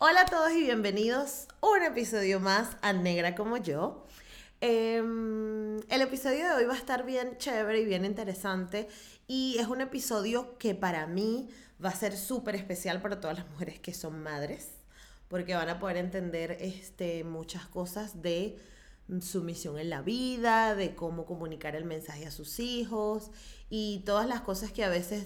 Hola a todos y bienvenidos a un episodio más a Negra como yo. El episodio de hoy va a estar bien chévere y bien interesante y es un episodio que para mí va a ser súper especial para todas las mujeres que son madres porque van a poder entender muchas cosas de su misión en la vida, de cómo comunicar el mensaje a sus hijos y todas las cosas que a veces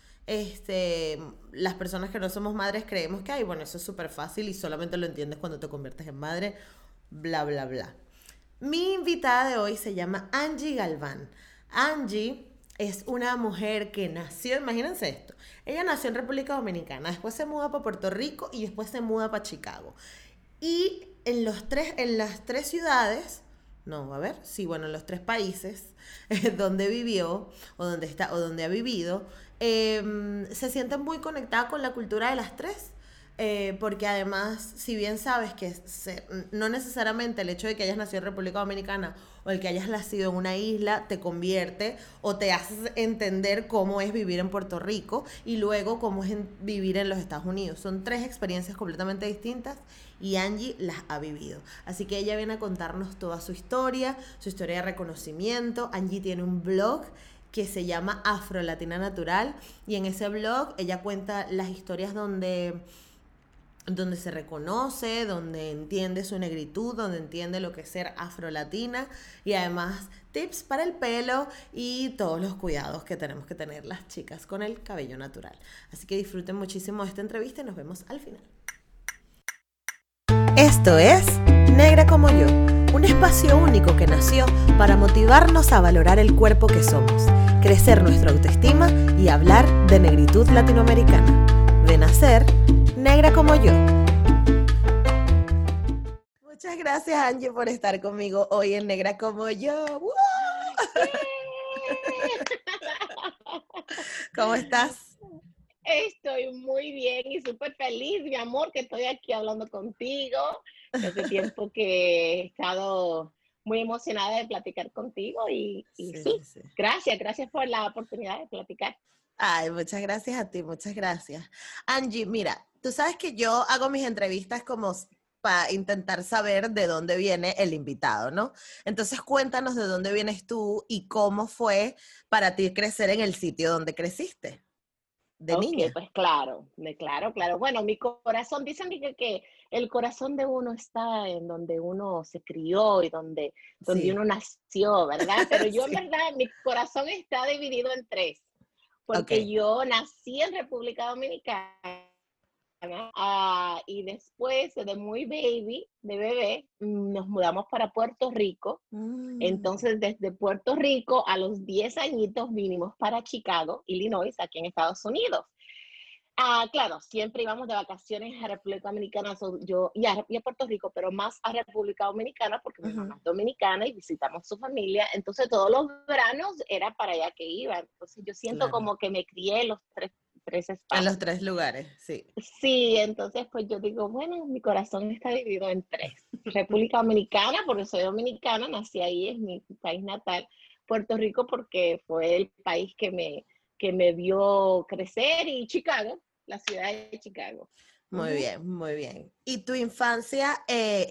las personas que no somos madres creemos que, ay, bueno, eso es súper fácil y solamente lo entiendes cuando te conviertes en madre, bla, bla, bla. Mi invitada de hoy se llama Angie Galván. Angie es una mujer que nació, imagínense esto, ella nació en República Dominicana, después se muda para Puerto Rico y después se muda para Chicago. Y en las tres ciudades, no, a ver, sí, bueno, en los tres países donde vivió o donde está o donde ha vivido, se siente muy conectada con la cultura de las tres. Porque además, si bien sabes que no necesariamente el hecho de que hayas nacido en República Dominicana o el que hayas nacido en una isla te convierte o te hace entender cómo es vivir en Puerto Rico y luego cómo es vivir en los Estados Unidos. Son tres experiencias completamente distintas y Angie las ha vivido. Así que ella viene a contarnos toda su historia de reconocimiento. Angie tiene un blog que se llama Afro Latina Natural y en ese blog ella cuenta las historias donde se reconoce, donde entiende su negritud, donde entiende lo que es ser afrolatina y además tips para el pelo y todos los cuidados que tenemos que tener las chicas con el cabello natural. Así que disfruten muchísimo de esta entrevista y nos vemos al final. Esto es Negra como yo, un espacio único que nació para motivarnos a valorar el cuerpo que somos, crecer nuestra autoestima y hablar de negritud latinoamericana. De nacer, negra como yo. Muchas gracias, Angie, por estar conmigo hoy en Negra como yo. ¡Woo! ¿Cómo estás? Estoy muy bien y súper feliz, mi amor, que estoy aquí hablando contigo. Hace tiempo que he estado muy emocionada de platicar contigo y Sí, sí, sí, sí. gracias por la oportunidad de platicar. Ay, muchas gracias a ti, muchas gracias. Angie, mira, tú sabes que yo hago mis entrevistas como para intentar saber de dónde viene el invitado, ¿no? Entonces cuéntanos de dónde vienes tú y cómo fue para ti crecer en el sitio donde creciste, de Ok, niña. pues claro. Bueno, mi corazón, dicen que el corazón de uno está en donde uno se crió y donde Sí, uno nació, ¿verdad? Pero yo en sí. verdad, mi corazón está dividido en tres, Ok. porque yo nací en República Dominicana. Y después de muy de bebé, nos mudamos para Puerto Rico. Mm, Entonces, desde Puerto Rico a los 10 añitos vinimos para Chicago, Illinois, aquí en Estados Unidos. Claro, siempre íbamos de vacaciones a República Dominicana, y a Puerto Rico, pero más a República Dominicana porque mi ujú. mamá es dominicana y visitamos su familia. Entonces, todos los veranos era para allá que iba. Entonces, yo siento Claro. como que me crié en los tres En los espacios. tres lugares, sí. Sí, entonces pues yo digo, bueno, mi corazón está dividido en tres. República Dominicana, porque soy dominicana, nací ahí, es mi país natal. Puerto Rico, porque fue el país que me vio crecer, y Chicago, la ciudad de Chicago. Muy Ujú. bien, muy bien. ¿Y tu infancia,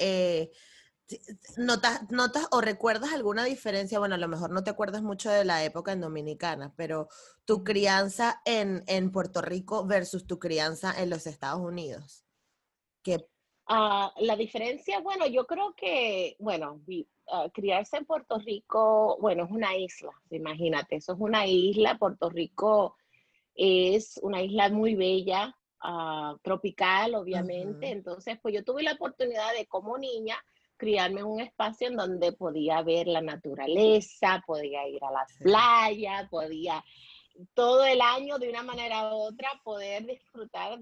notas o recuerdas alguna diferencia? Bueno, a lo mejor no te acuerdas mucho de la época en Dominicana, pero tu Ujú. crianza en Puerto Rico versus tu crianza en los Estados Unidos. Que, La diferencia, bueno, yo creo que, bueno, criarse en Puerto Rico, bueno, es una isla, imagínate, eso es una isla. Puerto Rico es una isla muy bella, tropical, obviamente. ujú, Entonces, pues yo tuve la oportunidad de, como niña, criarme en un espacio en donde podía ver la naturaleza, podía ir a la sí, playa, podía todo el año de una manera u otra poder disfrutar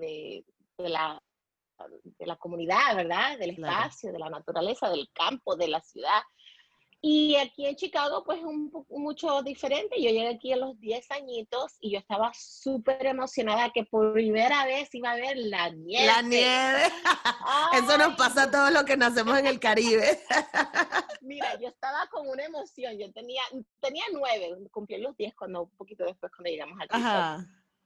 de la comunidad, ¿verdad? Del claro. espacio, de la naturaleza, del campo, de la ciudad. Y aquí en Chicago, pues mucho diferente. Yo llegué aquí a los 10 añitos y yo estaba súper emocionada que por primera vez iba a ver la La nieve. nieve. Eso nos Ay, pasa a todos los que nacemos en el Caribe. mira, yo estaba con una emoción. Yo tenía 9, cumplí los 10 cuando, un poquito después cuando llegamos aquí. Ajá.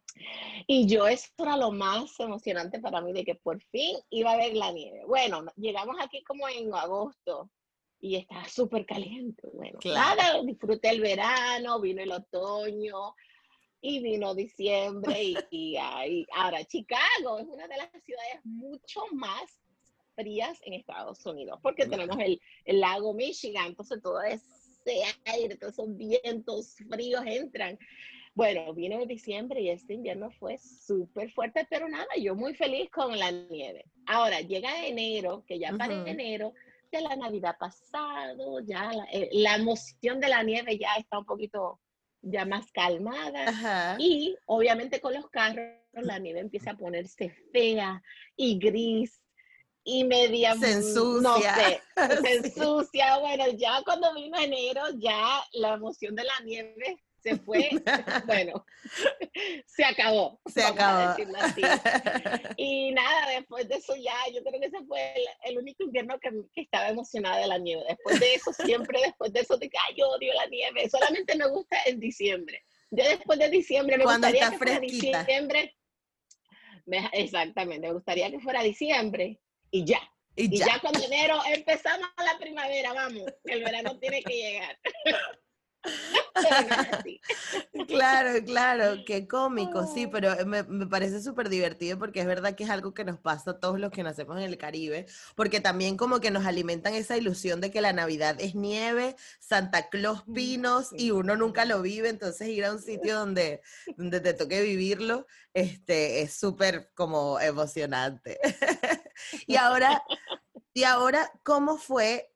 Y yo, eso era lo más emocionante para mí, de que por fin iba a ver la nieve. Bueno, llegamos aquí como en agosto y estaba súper caliente. Bueno, Claro. nada, disfruté el verano, vino el otoño y vino diciembre ahora Chicago es una de las ciudades mucho más frías en Estados Unidos, porque tenemos Claro. el lago Michigan, entonces todo ese aire, todos esos vientos fríos entran. Bueno, vino en diciembre y este invierno fue súper fuerte, pero nada, yo muy feliz con la nieve. Ahora, llega enero, que ya para Ujú. enero, ya la Navidad ha pasado, ya la emoción de la nieve ya está un poquito ya más calmada Ajá. y obviamente con los carros la nieve empieza a ponerse fea y gris y media, Se no ensucia. sé, se Sí. ensucia. Bueno, ya cuando vino enero, ya la emoción de la nieve se fue, bueno, se acabó, Se vamos a acabó. decirlo así. Y nada, después de eso ya, yo creo que ese fue el único invierno que estaba emocionada de la nieve. Después de eso, siempre después de eso, de que, ay, yo odio la nieve, solamente me gusta en diciembre. Ya después de diciembre, me Cuando gustaría está que fuera fresquita. diciembre, exactamente, me gustaría que fuera diciembre y ya. Y Y ya. ya cuando enero empezamos la primavera, vamos, el verano tiene que llegar. Pero no es así. Claro, claro, qué cómico, sí, Oh, pero me parece súper divertido porque es verdad que es algo que nos pasa a todos los que nacemos en el Caribe, porque también como que nos alimentan esa ilusión de que la Navidad es nieve, Santa Claus, pinos, y uno nunca lo vive, entonces ir a un sitio donde te toque vivirlo, es súper como emocionante. Y ahora, ¿cómo fue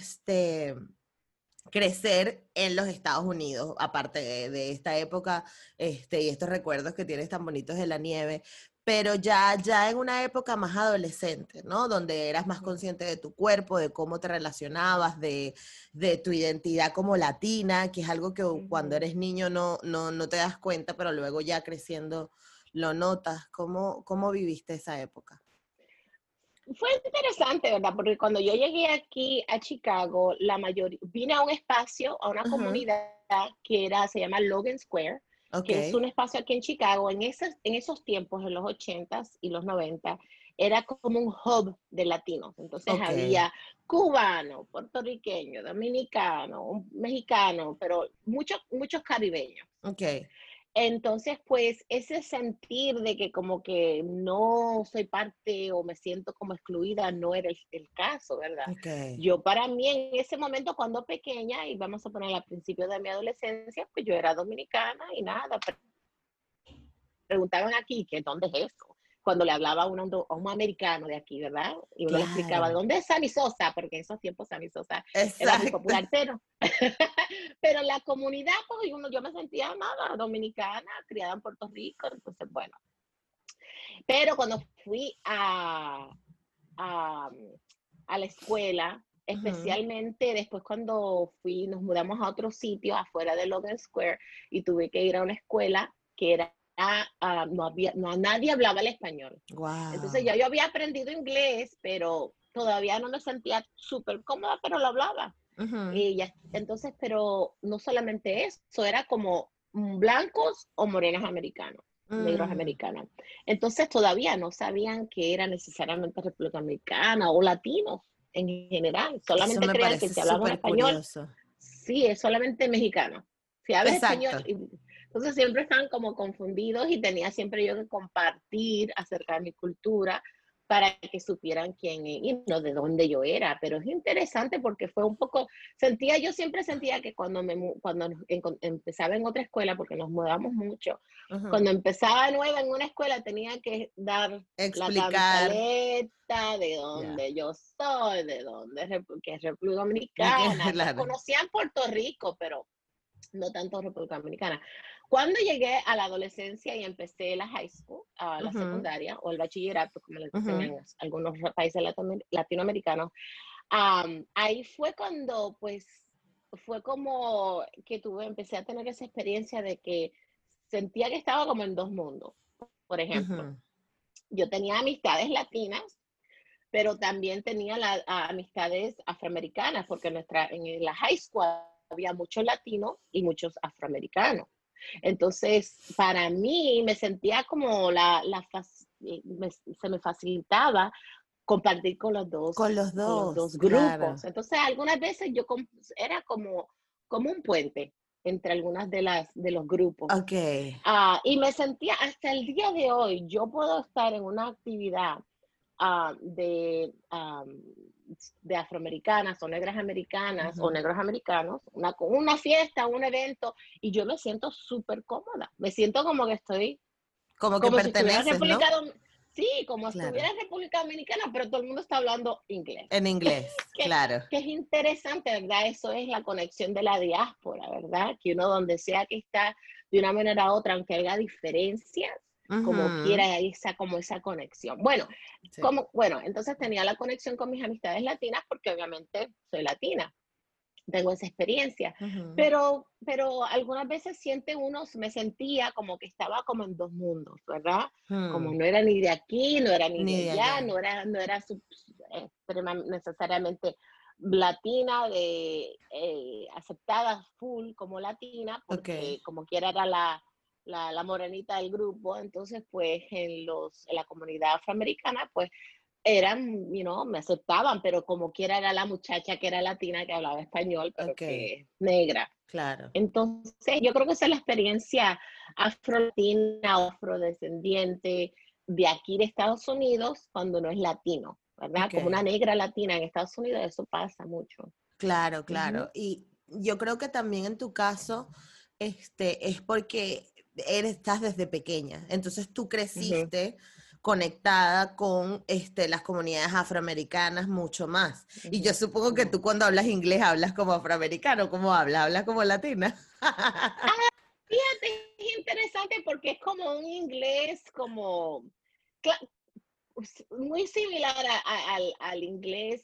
crecer en los Estados Unidos, aparte de esta época, y estos recuerdos que tienes tan bonitos de la nieve, pero ya en una época más adolescente, ¿no? Donde eras más consciente de tu cuerpo, de cómo te relacionabas, de tu identidad como latina, que es algo que cuando eres niño no te das cuenta, pero luego ya creciendo lo notas. ¿Cómo viviste esa época? fue interesante, ¿verdad? Porque cuando yo llegué aquí a Chicago, la mayoría, vine a un espacio, a una Ujú. comunidad que se llama Logan Square, Ok, que es un espacio aquí en Chicago. En esos tiempos, en los 80s y los 90, era como un hub de latinos. Entonces ok, había cubano, puertorriqueño, dominicano, mexicano, pero muchos caribeños. ok, Entonces, pues ese sentir de que como que no soy parte o me siento como excluida no era el caso, ¿verdad? ok. Yo para mí en ese momento cuando pequeña, y vamos a poner al principio de mi adolescencia, pues yo era dominicana y nada, preguntaban aquí que dónde es eso. Cuando le hablaba a un americano de aquí, ¿verdad? Y uno le explicaba, ¿de Claro, dónde es Sammy Sosa? Porque en esos tiempos Sammy Sosa era muy exacto. popular, pero la comunidad, pues yo me sentía nada, dominicana, criada en Puerto Rico, entonces bueno. Pero cuando fui a, a la escuela, Ujú. especialmente después cuando nos mudamos a otro sitio afuera de Logan Square y tuve que ir a una escuela que era nadie hablaba el español. Entonces Wow. ya yo había aprendido inglés, pero todavía no me sentía súper cómoda, pero lo hablaba. Ujú. Y ya, entonces, pero no solamente eso, era como blancos o morenos americanos, negros Mm. americanos. Entonces todavía no sabían que era necesariamente República Americana o latinos en general. Eso Solamente me creían que parece si hablaba un súper español, curioso. sí, es solamente mexicano. Si hablas español, Exacto. entonces siempre están como confundidos y tenía siempre yo que compartir acerca de mi cultura para que supieran quién y no de dónde yo era. Pero es interesante porque fue un poco, yo siempre sentía que cuando empezaba en otra escuela, porque nos mudamos mucho, Ujú. cuando empezaba nueva en una escuela tenía que dar la Explicar. cantaleta de Ya. dónde yo soy, de dónde que es República De que, Dominicana. claro. Conocían Puerto Rico, pero no tanto República Dominicana. Cuando llegué a la adolescencia y empecé la high school, la Ujú. secundaria o el bachillerato, como le dicen Ujú. en algunos países latinoamericanos, ahí fue cuando pues fue como que empecé a tener esa experiencia de que sentía que estaba como en dos mundos. Por ejemplo, Ujú. yo tenía amistades latinas, pero también tenía amistades afroamericanas, porque en la high school había muchos latinos y muchos afroamericanos. Entonces, para mí me sentía como se me facilitaba compartir Con los con los dos, dos grupos. claro. Entonces, algunas veces era como un puente entre algunas de los grupos. Okey. Y me sentía, hasta el día de hoy, yo puedo estar en una actividad ah, de, am, de afroamericanas o negras americanas o Ujú. negros americanos, una fiesta, un evento, y yo me siento súper cómoda. Me siento como que estoy, Como que como si estuviera en perteneces, ¿no? Sí, como Claro. estuviera en República Dominicana, pero todo el mundo está hablando inglés. En inglés, que, claro. que es interesante, ¿verdad? Eso es la conexión de la diáspora, ¿verdad? Que uno donde sea que está, de una manera u otra, aunque haya diferencias, como Ujú. quiera, hay como esa conexión. Bueno, Sí. entonces tenía la conexión con mis amistades latinas porque obviamente soy latina, tengo esa experiencia, Ujú. pero algunas veces me sentía como que estaba como en dos mundos, ¿verdad? Como Mm. no era ni de aquí, no era ni de Ni de allá, allá. no era necesariamente latina, aceptada full como latina, Okey. porque como quiera era la morenita del grupo, entonces pues en la comunidad afroamericana pues me aceptaban, pero como quiera era la muchacha que era latina, que hablaba español, pero Okey, que es negra. claro. Entonces, yo creo que esa es la experiencia afro-latina o afrodescendiente de aquí de Estados Unidos cuando no es latino, ¿verdad? Como una Okey. negra latina en Estados Unidos, eso pasa mucho. Claro, Ujú, claro. Y yo creo que también en tu caso, es porque estás desde pequeña. Entonces tú ujú, creciste conectada con las comunidades afroamericanas mucho más. Y yo ujú, supongo que ujú. tú cuando hablas inglés hablas como afroamericano. ¿Cómo hablas? ¿Hablas como latina? Fíjate, es interesante porque es como un inglés como cla- muy similar al inglés,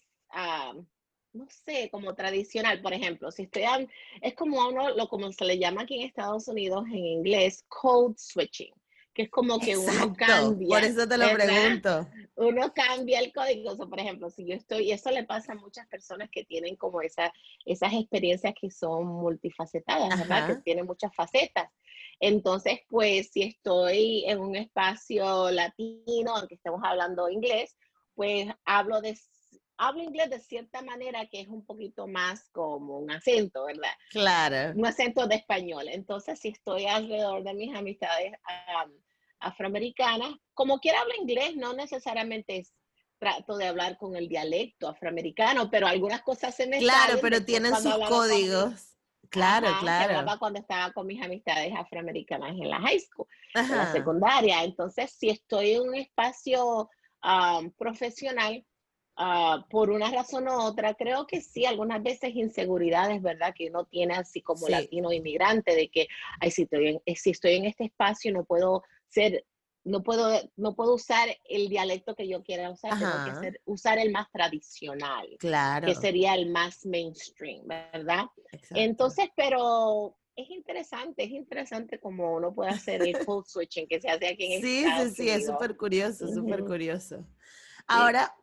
no sé, como tradicional. Por ejemplo, es como a uno, como se le llama aquí en Estados Unidos en inglés, code switching, que es como que uno Exacto, por cambia, eso te lo ¿verdad? pregunto. Uno cambia el código. O sea, por ejemplo, si yo estoy, y eso le pasa a muchas personas que tienen como esas experiencias que son multifacetadas, ¿verdad? Que Ajá, tienen muchas facetas. Entonces, pues si estoy en un espacio latino, aunque estemos hablando inglés, pues hablo inglés de cierta manera que es un poquito más como un acento, ¿verdad? claro. Un acento de español. Entonces, si estoy alrededor de mis amistades afroamericanas, como quiera hablo inglés, no necesariamente trato de hablar con el dialecto afroamericano, pero algunas cosas se me Claro, salen pero de tienen cuando sus hablaba con códigos. Claro, ajá, que claro. hablaba cuando estaba con mis amistades afroamericanas en la high school, en la Ajá. secundaria. Entonces, si estoy en un espacio profesional, por una razón u otra, creo que sí, algunas veces inseguridades, ¿verdad? Que uno tiene así como Sí. latino inmigrante, de que, ay, si estoy en este espacio, ser, no puedo usar el dialecto que yo quiera usar, tengo que Ajá. usar el más tradicional, que Claro. sería el más mainstream, ¿verdad? Exacto. Entonces, pero es interesante como uno puede hacer el code switching que se hace aquí en Sí, sí, Estados sí, es Unidos. súper curioso, súper Ujú, curioso. sí. Ahora,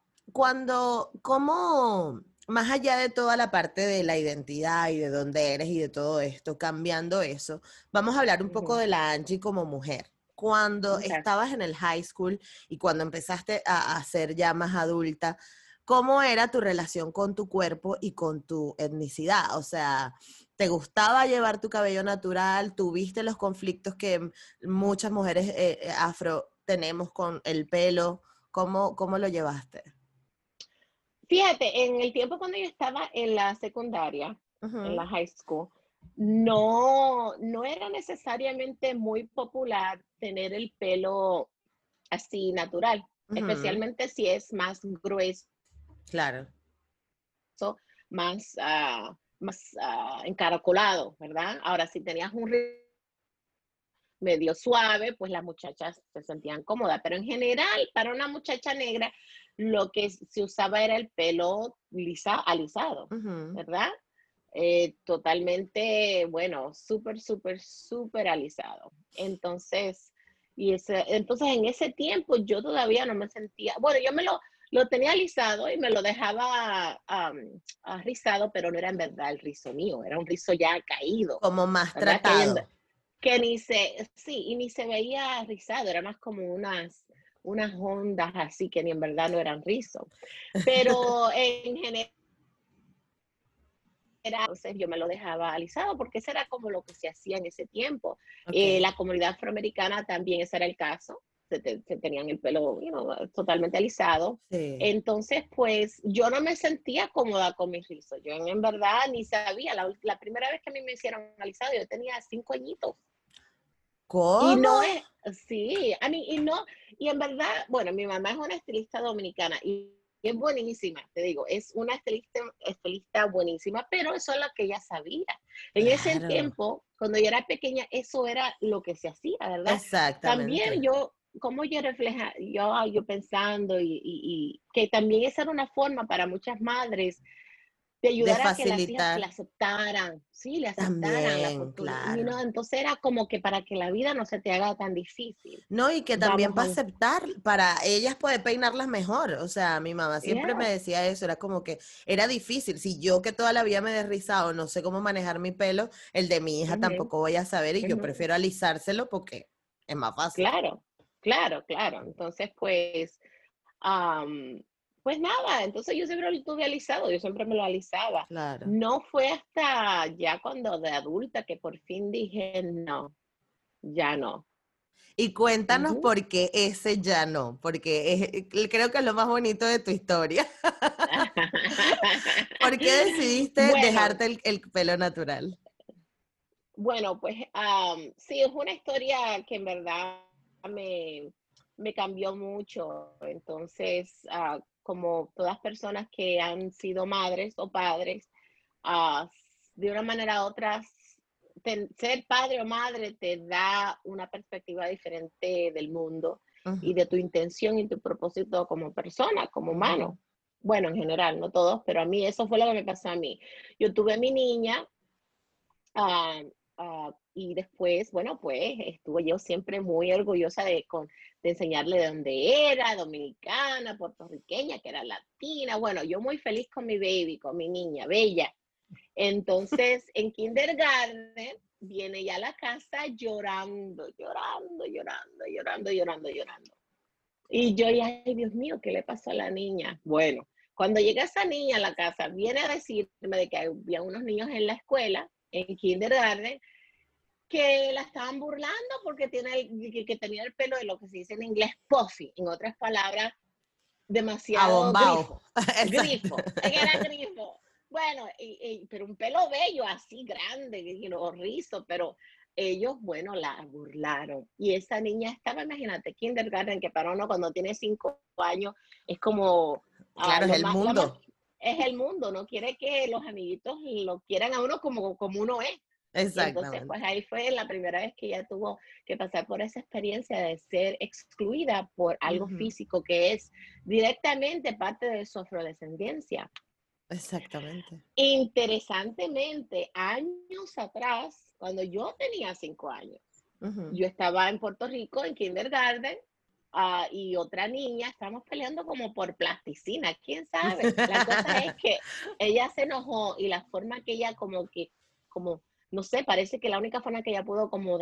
cómo, más allá de toda la parte de la identidad y de dónde eres y de todo esto, cambiando eso, vamos a hablar un poco Ujú, de la Angie como mujer. Cuando okay. estabas en el high school y cuando empezaste a ser ya más adulta, ¿cómo era tu relación con tu cuerpo y con tu etnicidad? O sea, ¿te gustaba llevar tu cabello natural? ¿Tuviste los conflictos que muchas mujeres afro tenemos con el pelo? ¿Cómo lo llevaste? Fíjate, en el tiempo cuando yo estaba en la secundaria, en Ujú, la high school, no era necesariamente muy popular tener el pelo así natural, ujú, especialmente si es más grueso, claro. más encaracolado, ¿verdad? Ahora, si tenías un medio suave, pues las muchachas se sentían cómodas, pero en general, para una muchacha negra, lo que se usaba era el pelo alisado, Ujú, ¿verdad? Totalmente, bueno, súper, súper, súper alisado. Entonces en ese tiempo yo todavía no me sentía, bueno, lo tenía alisado y me lo dejaba rizado, pero no era en verdad el rizo mío, era un rizo ya caído, como más ¿verdad? Que hay en, tratado. que ni se, sí, y ni se veía rizado, era más como unas ondas así que ni en verdad no eran rizos. Pero en general, entonces yo me lo dejaba alisado porque eso era como lo que se hacía en ese tiempo. Ok. La comunidad afroamericana también ese era el caso, se tenían el pelo totalmente alisado. Sí. Entonces, pues yo no me sentía cómoda con mis rizos. Yo en verdad ni sabía. La primera vez que a mí me hicieron alisado, yo tenía 5 añitos. Y ¿Cómo? no es, sí, a mí, y no, y en verdad, bueno, mi mamá es una estilista dominicana y es buenísima, te digo, es una estilista buenísima, pero eso es lo que ella sabía. En ese Claro, tiempo, cuando yo era pequeña, eso era lo que se hacía, ¿verdad? También exactamente. como yo refleja, yo pensando y que también esa era una forma para muchas madres de De ayudar a que las hijas le facilitar aceptaran, sí, le aceptaran la también, oportunidad. claro. Entonces era como que para que la vida no se te haga tan difícil. No, y que también Vamos para a, aceptar, para ellas poder peinarlas mejor. O sea, mi mamá siempre me yeah, decía eso, era como que era difícil. Si yo que toda la vida me he desrizado, no sé cómo manejar mi pelo, el de mi hija ujú, tampoco voy a saber y yo ujú. prefiero alisárselo porque es más fácil. Claro, claro, claro. Entonces, pues, am, pues nada, entonces yo siempre lo tuve alisado, yo siempre me lo alisaba. Claro. No fue hasta ya cuando de adulta que por fin dije, no, ya no. Y cuéntanos Ujú. por qué ese ya no, porque creo que es lo más bonito de tu historia. ¿Por qué decidiste Bueno, dejarte el pelo natural? bueno, pues sí, es una historia que en verdad me, me cambió mucho. Entonces, como todas personas que han sido madres o padres, ah, de una manera u otra, ser padre o madre te da una perspectiva diferente del mundo y Ujú, de tu intención y tu propósito como persona, como ujú, humano. Bueno, en general, no todos, pero a mí eso fue lo que me pasó a mí. Yo tuve a mi niña. Ah, y después, bueno, pues estuve yo siempre muy orgullosa de enseñarle de dónde era, dominicana, puertorriqueña, que era latina. Bueno, yo muy feliz con mi baby, con mi niña, bella. Entonces, en kindergarten, viene ya a la casa llorando, llorando, llorando, llorando, llorando, llorando. Y yo, ya, ay, Dios mío, ¿qué le pasó a la niña? Bueno, cuando llega esa niña a la casa, viene a decirme de que había unos niños en la escuela, en kindergarten, que la estaban burlando porque que tenía el pelo de lo que se dice en inglés puffy, en otras palabras, demasiado abombado. grifo, Exacto. grifo, que era grifo. Bueno, pero un pelo bello, así grande, rizo, pero ellos, bueno, la burlaron. Y esa niña estaba, imagínate, kindergarten, que para uno cuando tiene 5 años es como Claro, es lo el más, la más, mundo. es el mundo, no quiere que los amiguitos lo quieran a uno como uno es. Y entonces, Exactamente. pues ahí fue la primera vez que ella tuvo que pasar por esa experiencia de ser excluida por algo Ujú, físico que es directamente parte de su afrodescendencia. exactamente. Interesantemente, años atrás, cuando yo tenía 5 años, Ujú. yo estaba en Puerto Rico en kindergarten, y otra niña, estábamos peleando como por plasticina, quién sabe. La cosa es que ella se enojó y la forma que ella como, no sé, parece que la única forma que ella pudo como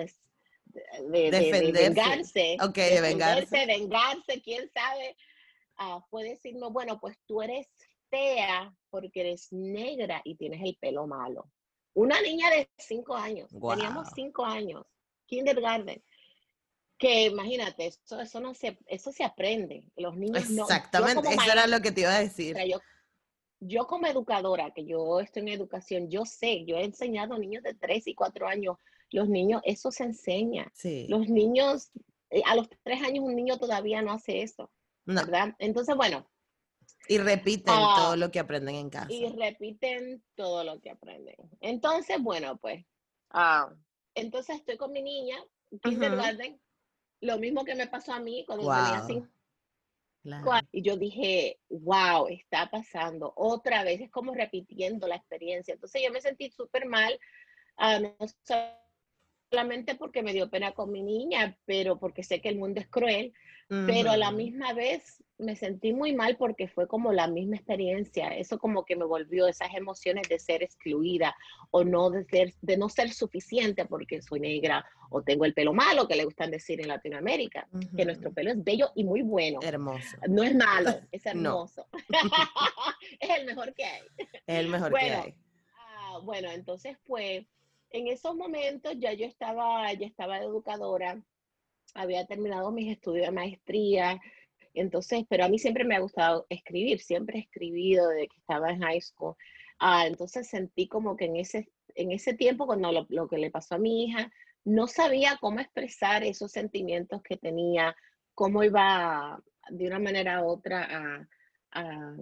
de Defenderse. vengarse, Ok, de vengarse. defenderse, vengarse, quién sabe, fue decirme, bueno, pues tú eres fea porque eres negra y tienes el pelo malo. Una niña de 5 años, teníamos Wow. 5 años, kindergarten, que imagínate, eso se aprende. Los niños no, yo Exactamente. como Eso era maestra, lo que te iba a decir. yo como educadora, que yo estoy en educación, yo sé, yo he enseñado a niños de 3 y 4 años, los niños, eso se enseña. Sí. Los niños, a los 3 años un niño todavía no hace eso, No. ¿verdad? Entonces, bueno, Y repiten todo ah, lo que aprenden en y casa. repiten todo lo que aprenden. Entonces, bueno, pues, ah, entonces estoy con mi niña, kindergarten, lo mismo que me pasó a mí cuando tenía Wow. 5 años, Claro. y yo dije, wow, está pasando otra vez, es como repitiendo la experiencia. Entonces yo me sentí súper mal, no solamente porque me dio pena con mi niña, pero porque sé que el mundo es cruel, pero a la Ujú. misma vez me sentí muy mal porque fue como la misma experiencia, eso como que me volvió esas emociones de ser excluida o no de no ser suficiente porque soy negra o tengo el pelo malo, que le gustan decir en Latinoamérica, que nuestro Ujú. pelo es bello y muy bueno. Hermoso. No es malo, es No, hermoso. Es el mejor que hay. es el mejor que Bueno, hay. bueno, entonces pues en esos momentos ya estaba educadora, había terminado mis estudios de maestría, entonces, pero a mí siempre me ha gustado escribir, siempre he escribido desde que estaba en high school. Entonces sentí como que en ese tiempo, cuando lo que le pasó a mi hija, no sabía cómo expresar esos sentimientos que tenía, cómo iba de una manera u otra a,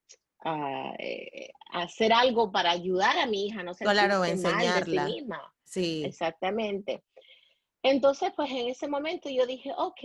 a hacer algo para ayudar a mi hija a no Claro, sentirse mal de sí enseñarla. misma. Sí. Exactamente. Entonces, pues en ese momento yo dije, ok,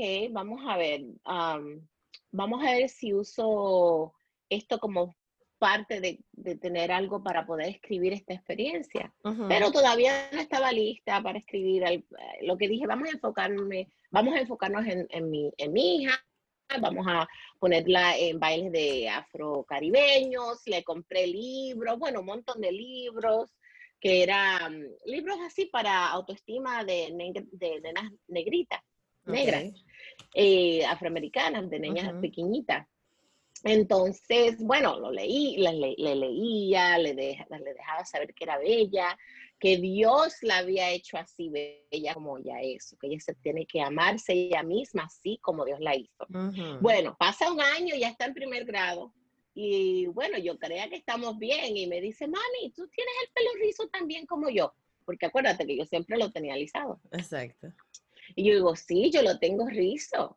vamos a ver si uso esto como parte de tener algo para poder escribir esta experiencia. Ujú. Pero todavía no estaba lista para escribir. Lo que dije, vamos a enfocarnos en mi hija, vamos a ponerla en bailes de afrocaribeños, le compré libros, bueno, un montón de libros que eran libros así para autoestima de nenas negritas, negras, Ok. afroamericanas, de niñas Ujú. pequeñitas. Entonces, bueno, lo leí, le leía, le dejaba saber que era bella, que Dios la había hecho así bella como ella es, que ella se tiene que amarse ella misma así como Dios la hizo. Ujú. Bueno, pasa un año, ya está en primer grado, y bueno, yo creía que estamos bien, y me dice, mami, tú tienes el pelo rizo tan bien como yo, porque acuérdate que yo siempre lo tenía alisado. Exacto. Y yo digo, sí, yo lo tengo rizo.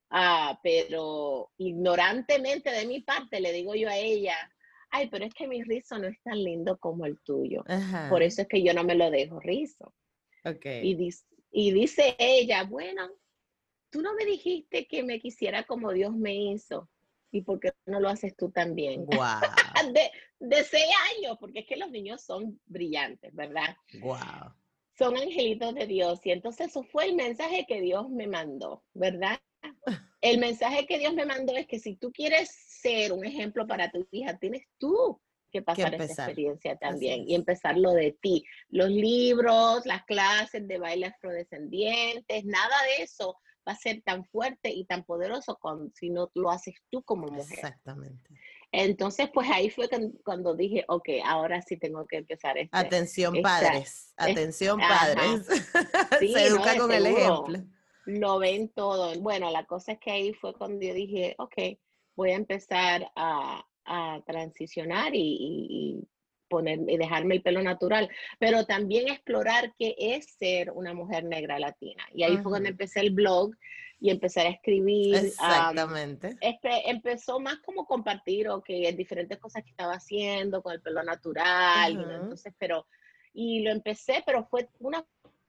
Pero ignorantemente de mi parte le digo yo a ella, ay, pero es que mi rizo no es tan lindo como el tuyo. Por Ajá. eso es que yo no me lo dejo rizo. Ok. Y dice ella, bueno, tú no me dijiste que me quisiera como Dios me hizo. ¿Y por qué no lo haces tú también? Guau. De 6 años, porque es que los niños son brillantes, ¿verdad? Guau. Son angelitos de Dios. Y entonces eso fue el mensaje que Dios me mandó, ¿verdad? El mensaje que Dios me mandó es que si tú quieres ser un ejemplo para tu hija, tienes tú que Que pasar esa empezar. experiencia Así también y es. empezar lo de ti. Los libros, las clases de baile afrodescendientes, nada de eso va a ser tan fuerte y tan poderoso si no lo haces tú como mujer. Exactamente. Entonces, pues ahí fue cuando dije, ok, ahora sí tengo que empezar Atención esta, padres, atención ajá, padres. Se sí, no, educa de con el ejemplo. seguro. Lo ven todo. Bueno, la cosa es que ahí fue cuando yo dije, ok, voy a empezar a transicionar y poner y dejarme el pelo natural, pero también explorar qué es ser una mujer negra latina. Y ahí fue cuando Ujú. empecé el blog y empecé a escribir. Exactamente. Empezó más como compartir, ok, diferentes cosas que estaba haciendo con el pelo natural, Ujú. entonces, y lo empecé, pero fue una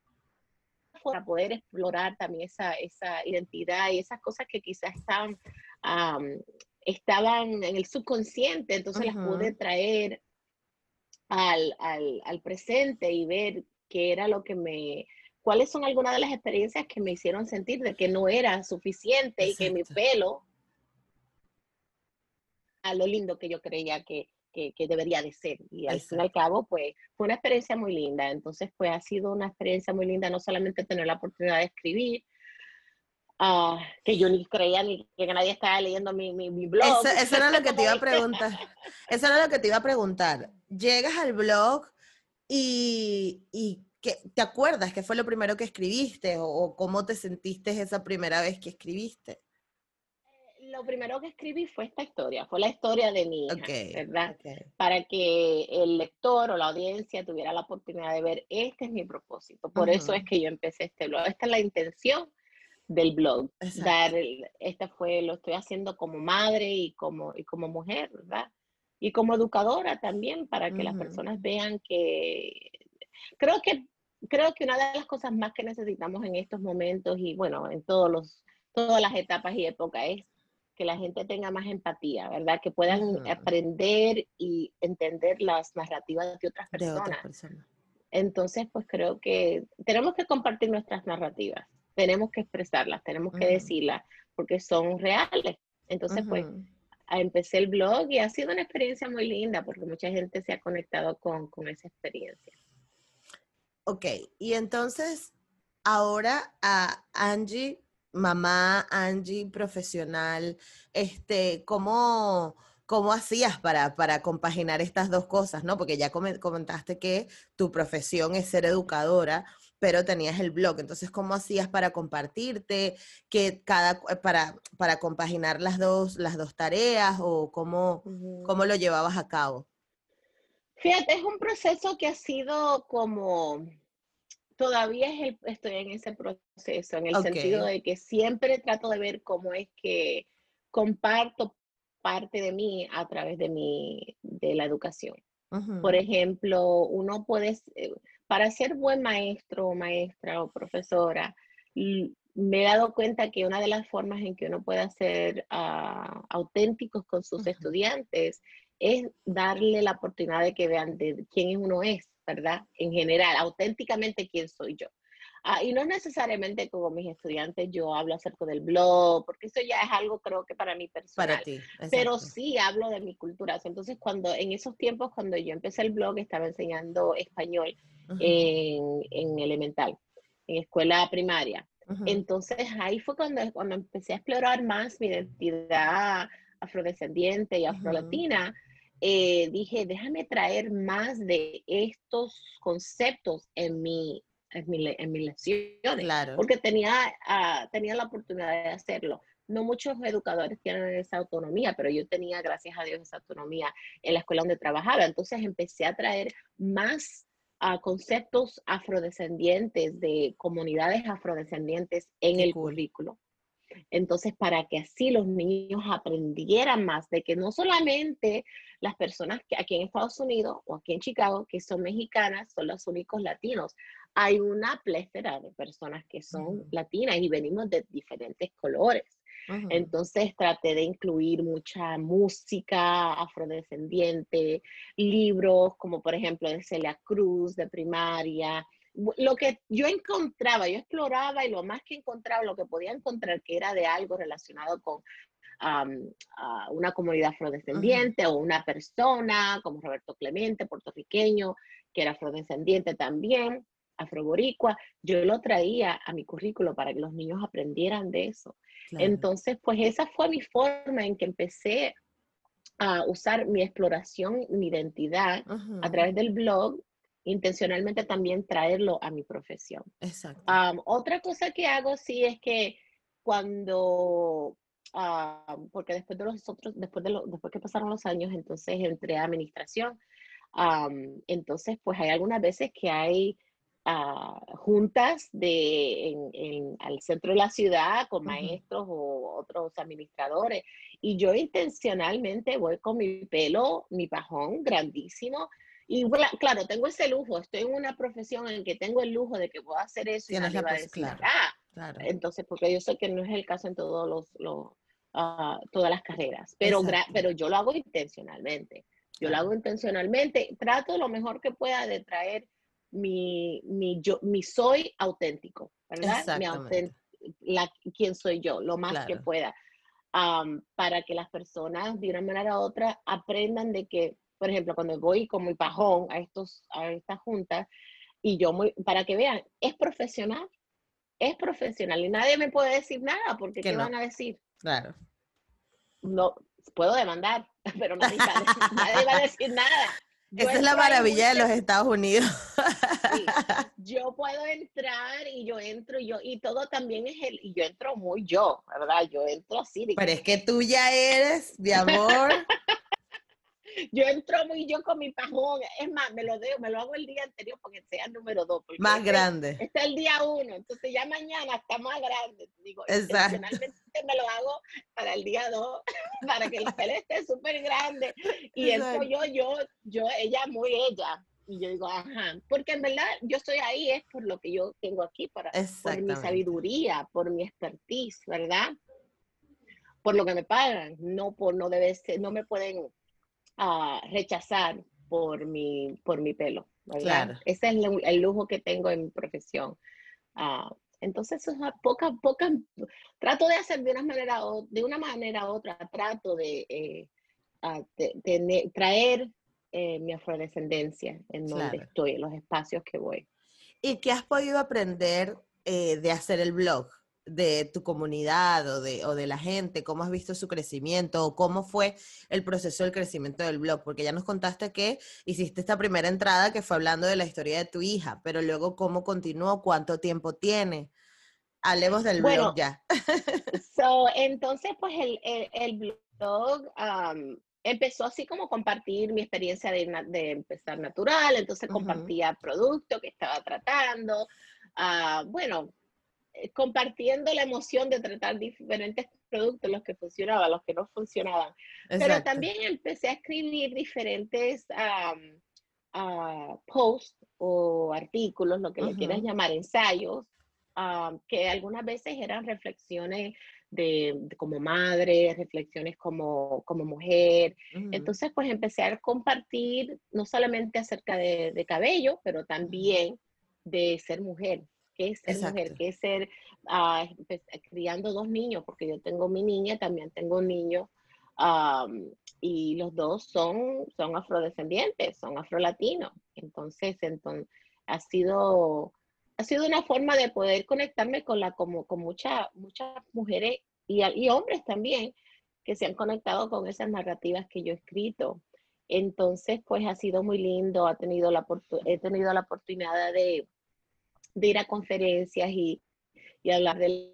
para poder explorar también esa identidad y esas cosas que quizás estaban en el subconsciente, entonces las pude Ujú. traer al presente y ver qué era cuáles son algunas de las experiencias que me hicieron sentir de que no era suficiente y que mi Exacto. pelo, a lo lindo que yo creía que debería de ser. Y al fin y al Exacto. cabo, pues fue una experiencia muy linda. Entonces, pues ha sido una experiencia muy linda no solamente tener la oportunidad de escribir, que yo ni creía ni que nadie estaba leyendo mi Eso, blog, eso era lo que te como iba a dice. preguntar. Eso era lo que te iba a preguntar. Llegas al blog y ¿te acuerdas qué fue lo primero que escribiste o cómo te sentiste esa primera vez que escribiste? Lo primero que escribí fue esta historia, fue la historia de mi Ok, hija, ¿verdad? ok. Para que el lector o la audiencia tuviera la oportunidad de ver, este es mi propósito, por eso es Ujú. que yo empecé este blog, esta es la intención del blog, Exacto. lo estoy haciendo como madre y como mujer, ¿verdad? Y como educadora también, para que las Ujú. personas vean creo que, creo que una de las cosas más que necesitamos en estos momentos y bueno, en todas las etapas y épocas es que la gente tenga más empatía, ¿verdad? Que puedan Ujú. aprender y entender las narrativas de otras De otras personas. personas. Entonces, pues creo que tenemos que compartir nuestras narrativas, tenemos que expresarlas, tenemos que Ujú. decirlas, porque son reales. Entonces, pues, Ujú. empecé el blog y ha sido una experiencia muy linda porque mucha gente se ha conectado con esa experiencia. Ok, y entonces ahora a Angie, mamá Angie profesional, ¿cómo hacías para compaginar estas dos cosas, ¿no? Porque ya comentaste que tu profesión es ser educadora, pero tenías el blog. Entonces, ¿cómo hacías para compartirte, para compaginar las dos tareas o Ujú. cómo lo llevabas a cabo? Fíjate, es un proceso que ha sido como, todavía estoy en ese proceso, en el Ok. sentido de que siempre trato de ver cómo es que comparto parte de mí a través de la educación. Por Ujú, ejemplo, uno puede, para ser buen maestro o maestra o profesora, me he dado cuenta que una de las formas en que uno puede ser auténticos con sus ujú. estudiantes es darle la oportunidad de que vean de quién uno es, ¿verdad? En general, auténticamente quién soy yo. Y no necesariamente como mis estudiantes yo hablo acerca del blog, porque eso ya es algo creo que para mí Para personal, ti, pero exacto. sí hablo de mi cultura. Entonces, cuando en esos tiempos, cuando yo empecé el blog, estaba enseñando español Ujú, en elemental, en escuela primaria. ujú, Entonces, ahí fue cuando empecé a explorar más mi identidad afrodescendiente y ujú. afrolatina. Dije, déjame traer más de estos conceptos en mis lecciones, Claro. porque tenía la oportunidad de hacerlo. No muchos educadores tienen esa autonomía, pero yo tenía, gracias a Dios, esa autonomía en la escuela donde trabajaba. Entonces empecé a traer más conceptos afrodescendientes, de comunidades afrodescendientes en Qué el cool. currículo. Entonces, para que así los niños aprendieran más de que no solamente las personas que aquí en Estados Unidos o aquí en Chicago, que son mexicanas, son los únicos latinos. Hay una plétora de personas que son Ujú, latinas y venimos de diferentes colores. ujú. Entonces traté de incluir mucha música afrodescendiente, libros como por ejemplo de Celia Cruz de primaria, lo que yo encontraba, yo exploraba y lo más que encontraba, lo que podía encontrar que era de algo relacionado con a una comunidad Ujú, afrodescendiente o una persona como Roberto Clemente, puertorriqueño, que era afrodescendiente también, afroboricua, yo lo traía a mi currículo para que los niños aprendieran de eso. claro. Entonces, pues esa fue mi forma en que empecé a usar mi exploración, mi identidad a Ujú, través del blog, intencionalmente también traerlo a mi profesión. exacto. Otra cosa que hago sí es que cuando, porque después de los otros, después que pasaron los años, entonces entré a administración. Entonces, pues hay algunas veces que hay juntas al centro de la ciudad con Ujú. maestros o otros administradores. Y yo intencionalmente voy con mi pelo, mi pajón grandísimo. Y claro, tengo ese lujo, estoy en una profesión en que tengo el lujo de que puedo hacer eso y Tienes nadie la va a decir, claro, claro. entonces, porque yo sé que no es el caso en todos todas las carreras, Exacto. pero yo lo hago intencionalmente. Yo lo Claro. hago intencionalmente, trato lo mejor que pueda de traer mi soy auténtico, ¿verdad? Exactamente. Quién soy yo, lo más que Claro. pueda, para que las personas de una manera u otra aprendan de que, por ejemplo, cuando voy con mi pajón a estas juntas, y para que vean, es profesional y nadie me puede decir nada, porque Que ¿qué no. van a decir? Claro. No, puedo demandar, pero nadie va a decir nada. Yo Esa es la entro ahí muy maravilla de los seguro. Estados Unidos. Sí, yo puedo entrar y yo entro y todo también y yo entro muy yo, ¿verdad? Yo entro así de Pero que es que tú ya eres, mi amor, yo entro muy yo con mi pajón. Es más, me lo hago el día anterior porque sea el número 2 porque más grande. este es el día 1, entonces ya mañana está más grande. Digo, Exacto. intencionalmente me lo hago para el día 2 para que el pelo esté súper grande. Y entro Exacto. ella muy ella. Y yo digo, ajá, porque en verdad yo estoy ahí es por lo que yo tengo aquí, por mi Exactamente. sabiduría, por mi expertise, ¿verdad? Por lo que me pagan, no debe ser, no me pueden rechazar por mi pelo, ¿verdad? Claro. Ese es el lujo que tengo en mi profesión. Entonces, eso es poca, trato de hacer de una manera u otra, trato de traer mi afrodescendencia en donde Claro. estoy, en los espacios que voy. ¿Y qué has podido aprender de hacer el blog? De tu comunidad o de la gente, cómo has visto su crecimiento o cómo fue el proceso del crecimiento del blog, porque ya nos contaste que hiciste esta primera entrada que fue hablando de la historia de tu hija, pero luego cómo continuó, cuánto tiempo tiene. Hablemos del blog Bueno, ya. entonces, pues el blog empezó así como compartir mi experiencia de empezar natural, entonces Ujú, compartía producto que estaba tratando, bueno, compartiendo la emoción de tratar diferentes productos, los que funcionaban, los que no funcionaban. Pero exacto. también empecé a escribir diferentes posts o artículos, lo que le quieras Ujú, llamar, ensayos, que algunas veces eran reflexiones como madre, reflexiones como mujer. ujú, Entonces, pues empecé a compartir no solamente acerca de cabello, pero ujú. también de ser mujer. ¿Qué es ser mujer? Exacto. ¿Qué es ser criando dos niños? Porque yo tengo mi niña, también tengo un niño. Y los dos son afrodescendientes, son afrolatinos. Entonces ha sido una forma de poder conectarme con muchas mujeres y hombres también que se han conectado con esas narrativas que yo he escrito. Entonces, pues ha sido muy lindo, he tenido la oportunidad de ir a conferencias y hablar de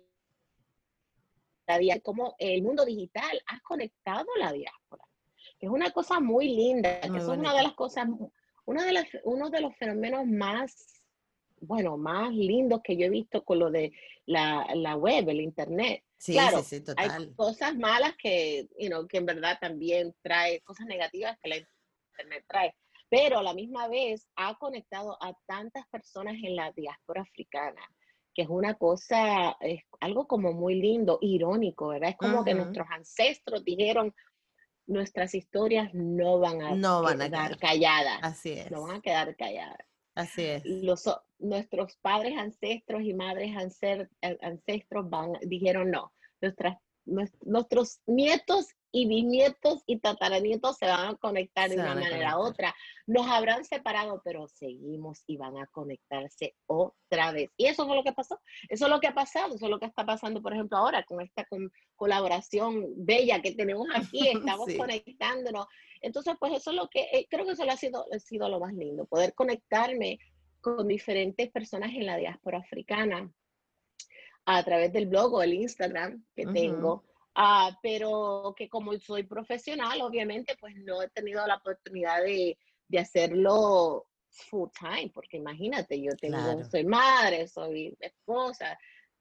la diáspora, cómo el mundo digital ha conectado la diáspora, que es una cosa muy linda, que Muy eso es una de bonito. las cosas, uno de los fenómenos más, bueno, más lindos que yo he visto con lo de la web, el internet. Sí, sí, Claro, sí, hay total. cosas malas que en verdad también trae cosas negativas que la internet trae, pero a la misma vez ha conectado a tantas personas en la diáspora africana, que es una cosa, es algo como muy lindo, irónico, ¿verdad? Es como que Ujú. nuestros ancestros dijeron, nuestras historias no van a No van a quedar quedar. calladas, Así no van es. a quedar calladas. Así es. Nuestros padres ancestros y madres ancestros dijeron no, nuestros nietos y bisnietos y tataranietos se van a conectar de Se una van a manera u conectar. otra. Nos habrán separado, pero seguimos y van a conectarse otra vez. Y eso fue lo que pasó. Eso es lo que ha pasado. Eso es lo que está pasando, por ejemplo, ahora con esta colaboración bella que tenemos aquí. Estamos Sí. conectándonos. Entonces, pues eso es lo que creo que eso ha sido lo más lindo, poder conectarme con diferentes personas en la diáspora africana a través del blog o el Instagram que Ujú. tengo, pero que como soy profesional, obviamente, pues no he tenido la oportunidad de hacerlo full time, porque imagínate, Claro. soy madre, soy esposa,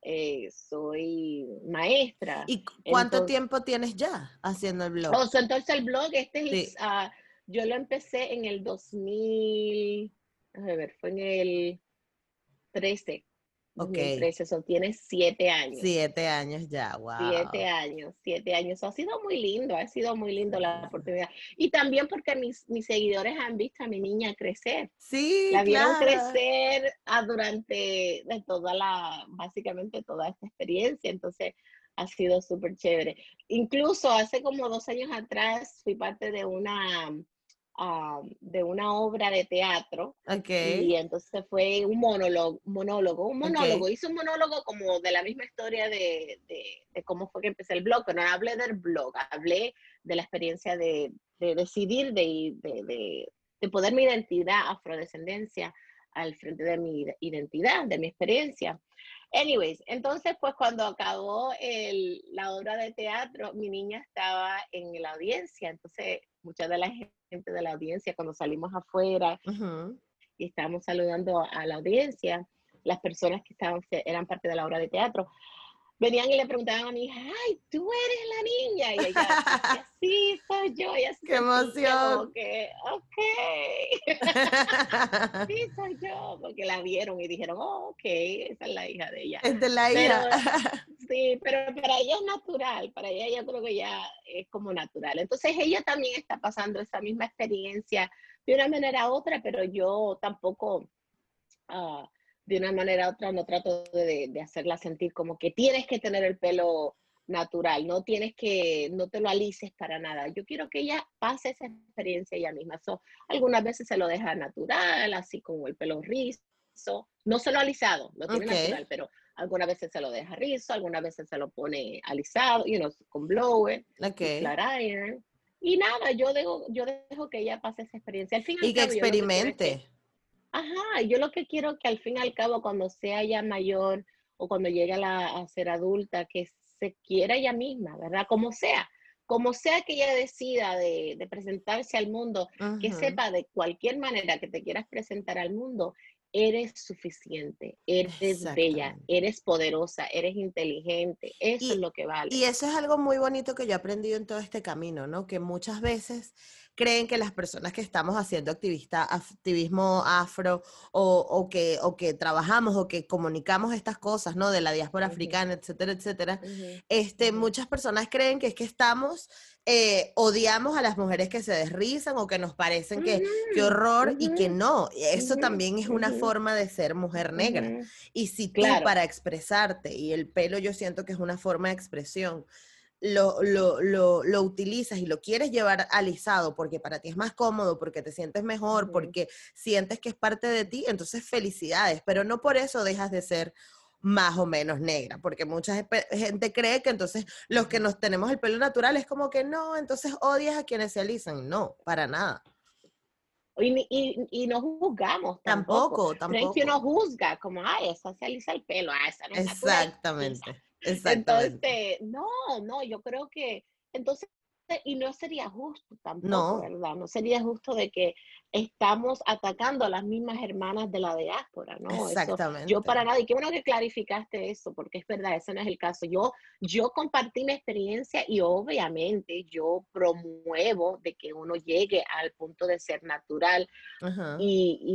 soy maestra, ¿Y cuánto entonces, tiempo tienes ya haciendo el blog? entonces el blog, Sí. yo lo empecé en el 2000, a ver, fue en el 13, Ok. 2013, eso tiene 7 años. 7 años ya. Siete Wow. años, 7 años. Ha sido muy Qué lindo la lindo. oportunidad. Y también porque mis seguidores han visto a mi niña crecer. Sí, La vieron claro. crecer durante básicamente toda esta experiencia. Entonces, ha sido súper chévere. Incluso hace como 2 años atrás fui parte de una obra de teatro Ok. y entonces fue un monólogo. Ok. Hice un monólogo como de la misma historia de cómo fue que empecé el blog, pero no hablé del blog, hablé de la experiencia de decidir, de poner mi identidad, afrodescendencia, al frente de mi identidad, de mi experiencia. Anyways, entonces pues cuando acabó la obra de teatro, mi niña estaba en la audiencia, entonces mucha de la gente de la audiencia cuando salimos afuera Ujú. y estábamos saludando a la audiencia, las personas eran parte de la obra de teatro, venían y le preguntaban a mi hija, ay, tú eres la niña. Y ella decía, sí, soy yo. Ella se ¡Qué sentía emoción! como que, ok, sí, soy yo, porque la vieron y dijeron, oh, ok, esa es la hija de ella. Es de la Pero hija. sí, pero para ella es natural, para ella yo creo que ya es como natural. Entonces ella también está pasando esa misma experiencia de una manera u otra, pero yo tampoco, ah, de una manera u otra no trato de hacerla sentir como que tienes que tener el pelo natural, no te lo alices para nada. Yo quiero que ella pase esa experiencia ella misma. So, algunas veces se lo deja natural, así como el pelo rizo. No se lo ha alisado, lo tiene Ok, natural, pero algunas veces se lo deja rizo, algunas veces se lo pone alisado, con blower y ok. flat iron. Y nada, yo dejo que ella pase esa experiencia. Al fin y al Y que cabo, yo lo que quiero es que experimente. ajá, yo lo que quiero que al fin y al cabo, cuando sea ya mayor o cuando llegue a ser adulta, que se quiera ella misma, ¿verdad? Como sea que ella decida de presentarse al mundo, que Ujú, sepa de cualquier manera que te quieras presentar al mundo, eres suficiente, eres bella, exactamente. eres poderosa, eres inteligente, eso es Y, lo que y vale. eso es algo muy bonito que yo he aprendido en todo este camino, ¿no? Que muchas veces creen que las personas que estamos haciendo activismo afro o que trabajamos o que comunicamos estas cosas, ¿no? De la diáspora Ujú, africana, etcétera, etcétera. ujú, ujú, Muchas personas creen que es que estamos, odiamos a las mujeres que se desrizan o que nos parecen que qué ujú, horror y ujú, que no. Eso ujú, también es una ujú, forma de ser mujer negra. ujú. Y si tú Claro. para expresarte, y el pelo yo siento que es una forma de expresión, lo utilizas y lo quieres llevar alisado porque para ti es más cómodo, porque te sientes mejor, Ujú, porque sientes que es parte de ti, entonces felicidades, pero no por eso dejas de ser más o menos negra, porque mucha gente cree que entonces los que ujú. nos tenemos el pelo natural es como que no, entonces odias a quienes se alisan, no, para nada. Y no juzgamos tampoco. Tampoco, Creen que tampoco. uno juzga, como, ay, esa se alisa el pelo, esa no es natural. Lisa. Exactamente, exactamente. Entonces, no, no, yo creo que, entonces, y no sería justo tampoco, No, ¿verdad? No sería justo de que estamos atacando a las mismas hermanas de la diáspora, ¿no? Eso, yo exactamente. para nada, y qué bueno que clarificaste eso, porque es verdad, ese no es el caso. Yo compartí mi experiencia y obviamente yo promuevo de que uno llegue al punto de ser natural Ajá,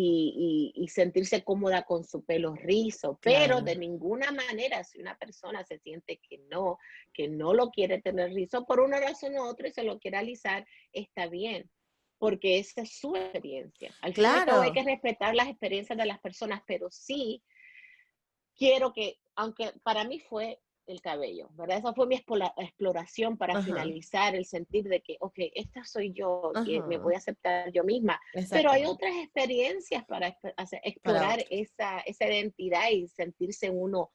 y sentirse cómoda con su pelo rizo, pero claro. de ninguna manera si una persona se siente que no lo quiere tener rizo por una razón u otra y se lo quiere alisar, está bien, porque esa es su experiencia. Al fin y al cabo hay Claro. que respetar las experiencias de las personas, pero sí quiero que, aunque para mí fue el cabello, ¿verdad? Esa fue mi exploración para Ajá, finalizar, el sentir de que, ok, esta soy yo, y me ajá. voy a aceptar yo misma, pero hay Exactamente. otras experiencias para Para explorar otros. esa identidad y sentirse uno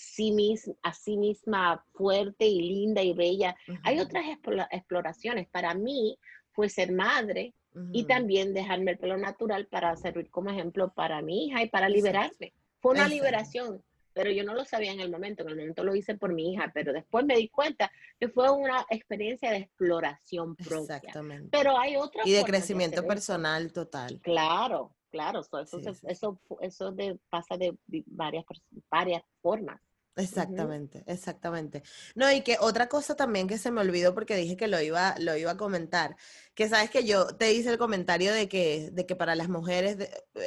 a sí misma fuerte y linda y bella. Hay Ujú, otras exploraciones. Para mí fue ser madre y ujú. también dejarme el pelo natural para servir como ejemplo para mi hija y para Exacto. liberarme. Fue una Exacto. liberación, pero yo no lo sabía en el momento lo hice por mi hija, pero después me di cuenta que fue una experiencia de exploración propia. Exactamente. Pero hay otras Y de formas de hacer crecimiento eso. personal total. Claro, claro, Sí, sí, sí. pasa de varias formas. Ujú, Exactamente, exactamente. No, y que otra cosa también que se me olvidó porque dije que lo iba a comentar, que sabes que yo te hice el comentario de que para las mujeres,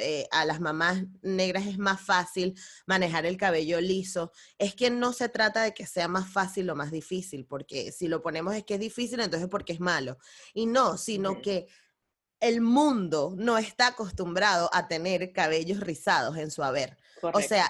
a las mamás negras es más fácil manejar el cabello liso. Es que no se trata de que sea más fácil o más difícil, porque si lo ponemos es que es difícil, entonces porque es malo. Y no, sino ujú, que el mundo no está acostumbrado a tener cabellos rizados en su haber. O sea, correcto.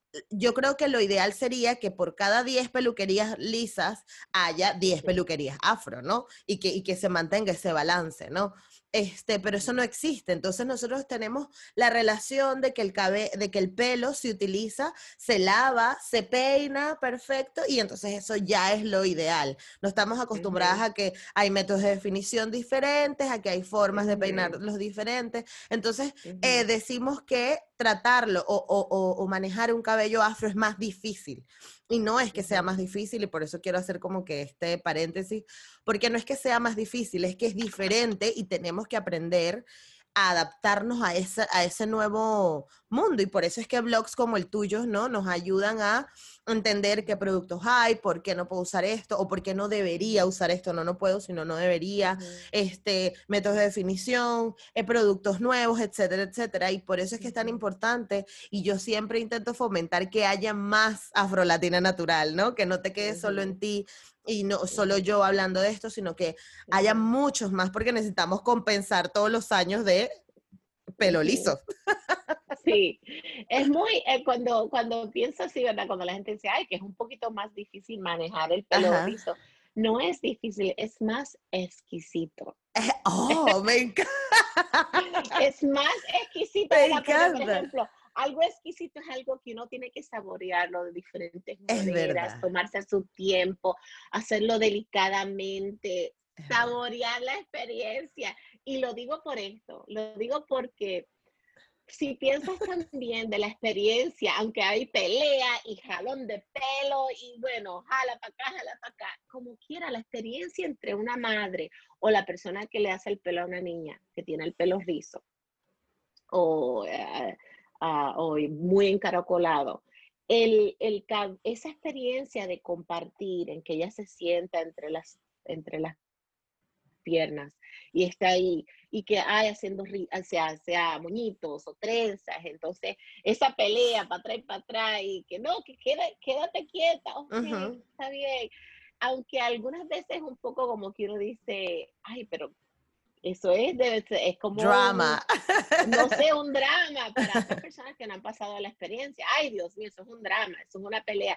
yo creo que lo ideal sería que por cada 10 peluquerías lisas haya 10 Ujú, peluquerías afro, ¿no? Y que se mantenga ese balance, ¿no? Pero eso ujú, no existe. Entonces nosotros tenemos la relación de que el pelo se utiliza, se lava, se peina, perfecto, y entonces eso ya es lo ideal. No estamos acostumbradas ujú, a que hay métodos de definición diferentes, a que hay formas de ujú, peinarlos diferentes. Entonces, ujú, decimos que tratarlo o manejar un cabello afro es más difícil. Y no es que sea ujú, más difícil, y por eso quiero hacer como que este paréntesis, porque no es que sea más difícil, es que es diferente y tenemos que aprender a adaptarnos a ese nuevo mundo. Y por eso es que blogs como el tuyo, ¿no? Nos ayudan a entender qué productos hay, por qué no puedo usar esto, o por qué no debería ujú, usar esto, no puedo, sino no debería, ujú, métodos de definición, productos nuevos, etcétera, etcétera. Y por eso es que es tan ujú, importante, y yo siempre intento fomentar que haya más afrolatina natural, ¿no? Que no te quedes solo ujú, en ti y no solo ujú, yo hablando de esto, sino que haya ujú, muchos más porque necesitamos compensar todos los años de pelo ujú. liso. Sí, es muy, cuando pienso así, ¿verdad? Cuando la gente dice, ay, que es un poquito más difícil manejar el pelo Ajá. rizo, no es difícil, es más exquisito. Oh, me encanta. Es más exquisito, Me ¿verdad? Porque, por encanta. ejemplo, algo exquisito es algo que uno tiene que saborearlo de diferentes Es maneras, verdad, tomarse su tiempo, hacerlo delicadamente, es verdad. saborear la experiencia. Y lo digo por esto, lo digo porque si piensas también de la experiencia, aunque hay pelea y jalón de pelo y bueno, jala para acá, como quiera, la experiencia entre una madre o la persona que le hace el pelo a una niña que tiene el pelo rizo o, o muy encaracolado, esa experiencia de compartir en que ella se sienta entre las piernas y está ahí y que hay haciendo sea moñitos o trenzas, entonces esa pelea para atrás y para atrás y que no, que quédate quieta, ok, Ujú. está bien, aunque algunas veces un poco como que uno dice, ay, pero eso es como Drama. no sé, un drama para otras personas que no han pasado la experiencia. Ay, Dios mío, eso es un drama, eso es una pelea.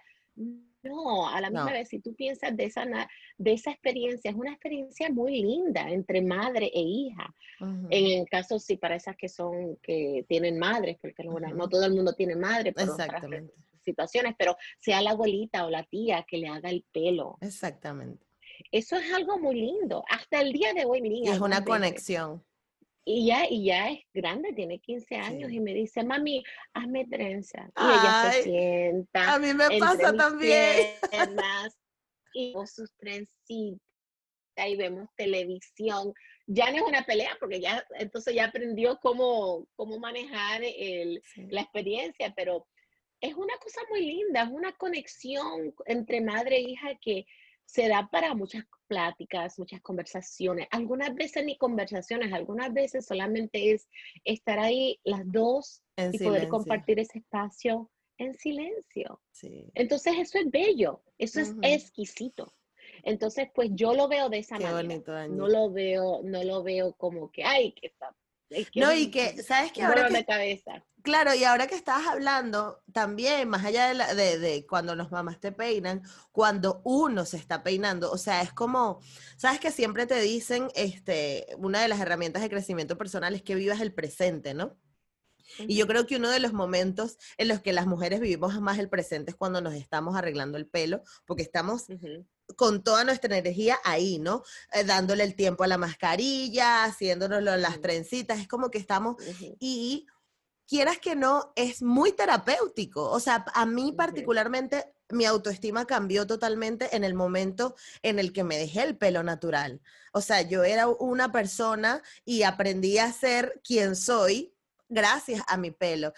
No, a la misma No. vez, si tú piensas de esa experiencia, es una experiencia muy linda entre madre e hija. En Ujú, el caso, sí, para esas que tienen madres, porque no ujú. todo el mundo tiene madre por otras Exactamente, situaciones, pero sea la abuelita o la tía que le haga el pelo. exactamente. Eso es algo muy lindo. Hasta el día de hoy, mi Y niña, es una algunas veces conexión. y ya es grande, tiene 15 años y Sí. me dice, mami, hazme trenza. Y ella se Ay, sienta a mí me entre pasa mis también. piernas y con sus trencitas y vemos televisión. Ya no es una pelea porque entonces ya aprendió cómo manejar Sí. la experiencia, pero es una cosa muy linda, es una conexión entre madre e hija que se da para muchas pláticas, muchas conversaciones. Algunas veces ni conversaciones, algunas veces solamente es estar ahí las dos En y poder silencio. compartir ese espacio en silencio. Sí. Entonces eso es bello, eso es Ujú. exquisito. Entonces, pues yo lo veo de esa Qué manera. bonito, No Angie. lo veo, no lo veo como que, ay, que es No, y un, que, ¿sabes qué? un Ahora dolor que de cabeza. claro, y ahora que estabas hablando, también, más allá de cuando los mamás te peinan, cuando uno se está peinando, o sea, es como, sabes que siempre te dicen, una de las herramientas de crecimiento personal es que vivas el presente, ¿no? Y yo Ujú, creo que uno de los momentos en los que las mujeres vivimos más el presente es cuando nos estamos arreglando el pelo, porque estamos ujú, con toda nuestra energía ahí, ¿no? Dándole el tiempo a la mascarilla, haciéndonos las ujú. trencitas, es como que estamos, Ujú, y quieras que no, es muy terapéutico. O sea, a mí ujú, particularmente mi autoestima cambió totalmente en el momento en el que me dejé el pelo natural. O sea, yo era una persona y aprendí a ser quien soy gracias a mi pelo.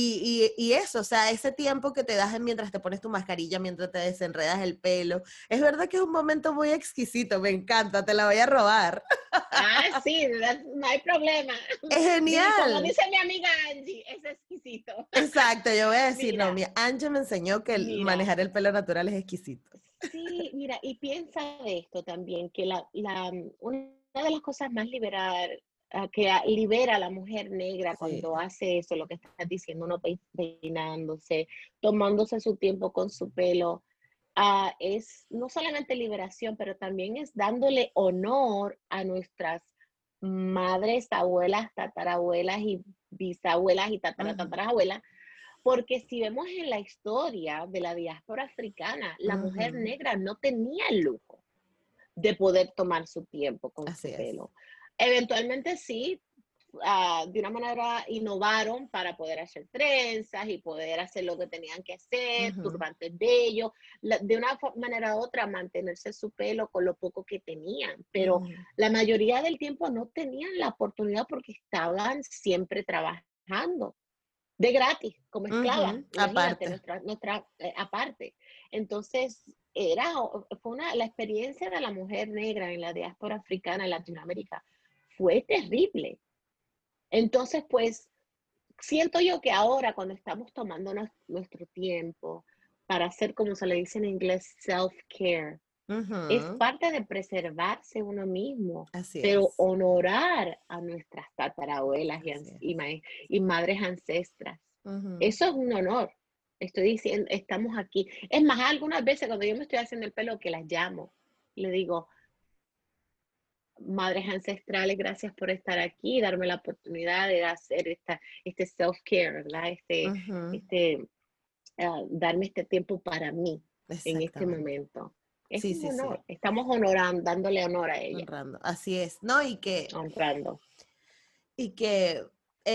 Y eso, o sea, ese tiempo que te das mientras te pones tu mascarilla, mientras te desenredas el pelo, es verdad que es un momento muy exquisito, me encanta, te la voy a robar. sí, no hay problema. Es Como genial. dice mi amiga Angie, es exquisito. Exacto, yo voy a decir, no, Mira, mi Angie me enseñó que mira, manejar el pelo natural es exquisito. sí, mira, y piensa de esto también, que una de las cosas más libera a la mujer negra Sí. cuando hace eso, lo que estás diciendo, uno peinándose, tomándose su tiempo con su pelo, es no solamente liberación, pero también es dándole honor a nuestras madres, abuelas, tatarabuelas y bisabuelas y Ujú, tatarabuelas, porque si vemos en la historia de la diáspora africana, la mujer ujú, negra no tenía el lujo de poder tomar su tiempo con así su es. pelo. Eventualmente sí, de una manera innovaron para poder hacer trenzas y poder hacer lo que tenían que hacer, Ujú, turbantes bellos, de una manera u otra mantenerse su pelo con lo poco que tenían, pero ujú, la mayoría del tiempo no tenían la oportunidad porque estaban siempre trabajando de gratis, como esclava, ujú, imagínate, aparte. nuestra aparte. Entonces, la experiencia de la mujer negra en la diáspora africana en Latinoamérica fue terrible. Entonces, pues, siento yo que ahora cuando estamos tomando nuestro tiempo para hacer, como se le dice en inglés, self-care, es Ujú, parte de preservarse uno mismo, así pero es. honorar a nuestras tatarabuelas Así es. y madres ancestras. Ujú. Eso es un honor. Estoy diciendo, estamos aquí. Es más, algunas veces cuando yo me estoy haciendo el pelo, que las llamo, le digo, madres ancestrales, gracias por estar aquí, darme la oportunidad de hacer este self-care, ¿verdad? Ujú. Este, darme este tiempo para mí en este Exactamente. momento. Es Sí, un sí, sí. honor. Estamos honorando, dándole honor a ella, Honrando. Así es. No, honrando. y que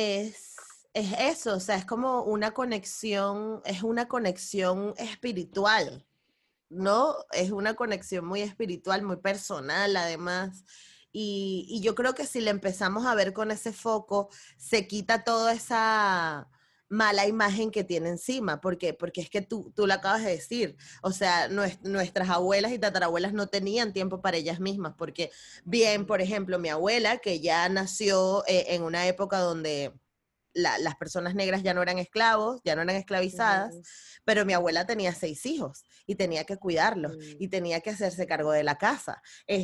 es eso, o sea, es como una conexión, es una conexión espiritual, ¿no? Es una conexión muy espiritual, muy personal, además. Y yo creo que si le empezamos a ver con ese foco, se quita toda esa mala imagen que tiene encima. ¿Por qué? Porque es que tú lo acabas de decir. O sea, nuestras abuelas y tatarabuelas no tenían tiempo para ellas mismas. Porque, bien, Ujú, por ejemplo, mi abuela, que ya nació en una época donde las personas negras ya no eran esclavos, ya no eran esclavizadas, ujú, pero mi ujú, abuela tenía 6 hijos y tenía que cuidarlos mm, y tenía que hacerse cargo ujú, de la casa.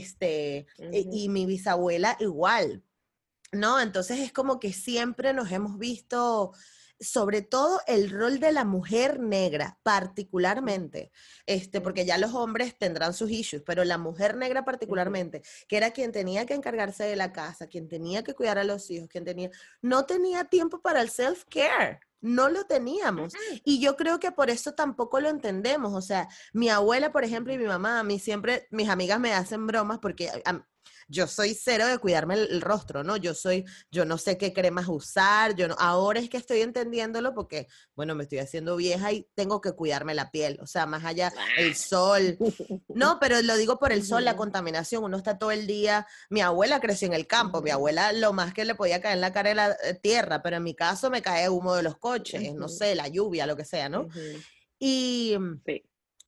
ujú, Y mi bisabuela igual, ¿no? Entonces es como que siempre nos hemos visto, sobre todo el rol de la mujer negra, particularmente, porque ya ujú, los hombres tendrán sus issues, pero la mujer negra ujú, particularmente, que era quien tenía que encargarse de la casa, quien tenía que cuidar a los hijos, no tenía tiempo para el self-care. No lo teníamos. ujú, Y yo creo que por eso tampoco lo entendemos. O sea, mi abuela, por ejemplo, y ujú, mi mamá, a mí siempre, mis amigas me hacen bromas porque yo soy cero de cuidarme el rostro, ¿no? Yo no sé qué cremas usar, yo no, ahora es que estoy entendiéndolo porque, bueno, me estoy haciendo vieja y tengo que cuidarme la piel, o sea, más allá el ah, sol. No, pero lo digo por el sol, la ujú, contaminación, uno está todo el día, mi abuela creció en el campo, mi ujú, abuela lo más que le podía caer en la cara era tierra, pero en mi caso me cae humo de los coches, no ujú, sé, la lluvia, lo que sea, ¿no? ujú, Y sí.